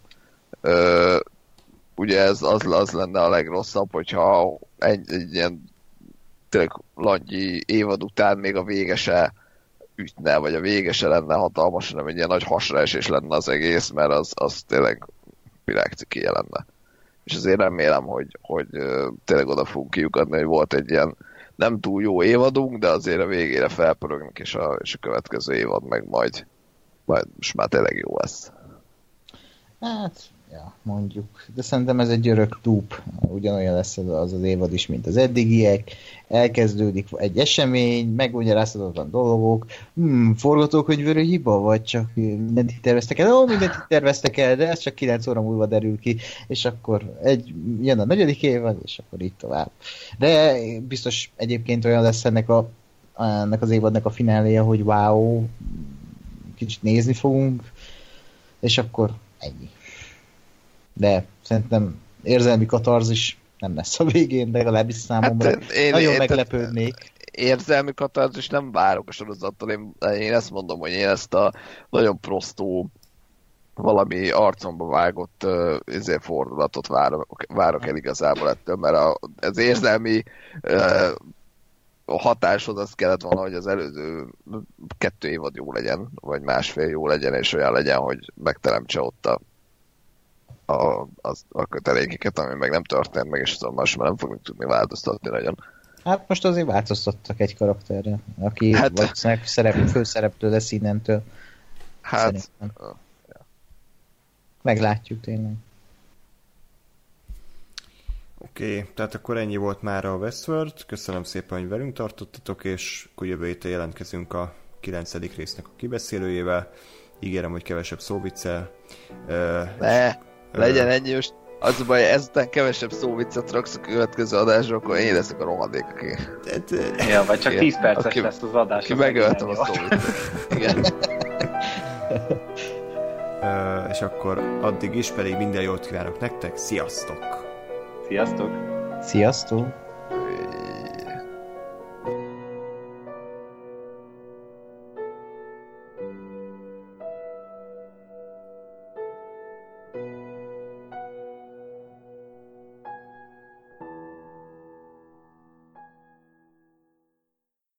Ugye az lenne a legrosszabb, hogyha egy ilyen tényleg langyi évad után még a vége se ütne, vagy a vége se lenne hatalmas, hanem egy ilyen nagy hasraesés lenne az egész, mert az tényleg virágcikéje lenne. És azért remélem, hogy tényleg oda fogunk kiukadni, hogy volt egy ilyen nem túl jó évadunk, de azért a végére felpörögnek, és a következő évad meg majd most már tényleg jó lesz. Hát, ja, mondjuk. De szerintem ez egy örök loop. Ugyanolyan lesz az évad is, mint az eddigiek. Elkezdődik egy esemény, megmagyarázhatatlan dolgok. Forgatókönyvőrű hiba, vagy csak mindent itt terveztek el? Mindent itt terveztek el, de ez csak 9 óra múlva derül ki. És akkor jön a 4. évad, és akkor így tovább. De biztos egyébként olyan lesz ennek az évadnak a fináléja, hogy wow, kicsit nézni fogunk, és akkor ennyi. De szerintem érzelmi katarzis nem lesz a végén, de legalábbis számomra. Hát nagyon meglepődnék. Érzelmi katarzis nem várok a sorozattól. Én ezt mondom, hogy én ezt a nagyon prostó, valami arcomba vágott fordulatot várok el igazából ettől, mert az érzelmi a hatáshoz az kellett volna, hogy az előző 2 évad jó legyen, vagy másfél jó legyen, és olyan legyen, hogy megteremtse ott a kötelékeket, ami meg nem történt meg, és azon most már nem fogunk tudni változtatni nagyon. Hát most azért változtattak egy karakterre, aki valószínűleg főszereplő lesz innentől. Hát... Ja. Meglátjuk tényleg. Oké, tehát akkor ennyi volt már a Westworld. Köszönöm szépen, hogy velünk tartottatok, és akkor jövő héten jelentkezünk a 9. résznek a kibeszélőjével. Ígérem, hogy kevesebb szóviccel. Legyen ennyi, most az a baj, ezután kevesebb szóviccet raksz a következő adásra, akkor én leszek a rohadék, aki... Ja, vagy csak 10 perces lesz az adás. Ki megöltem a szóviccet. Igen. És akkor addig is pedig minden jót kívánok nektek. Sziasztok! Sziasztok! Sziasztok!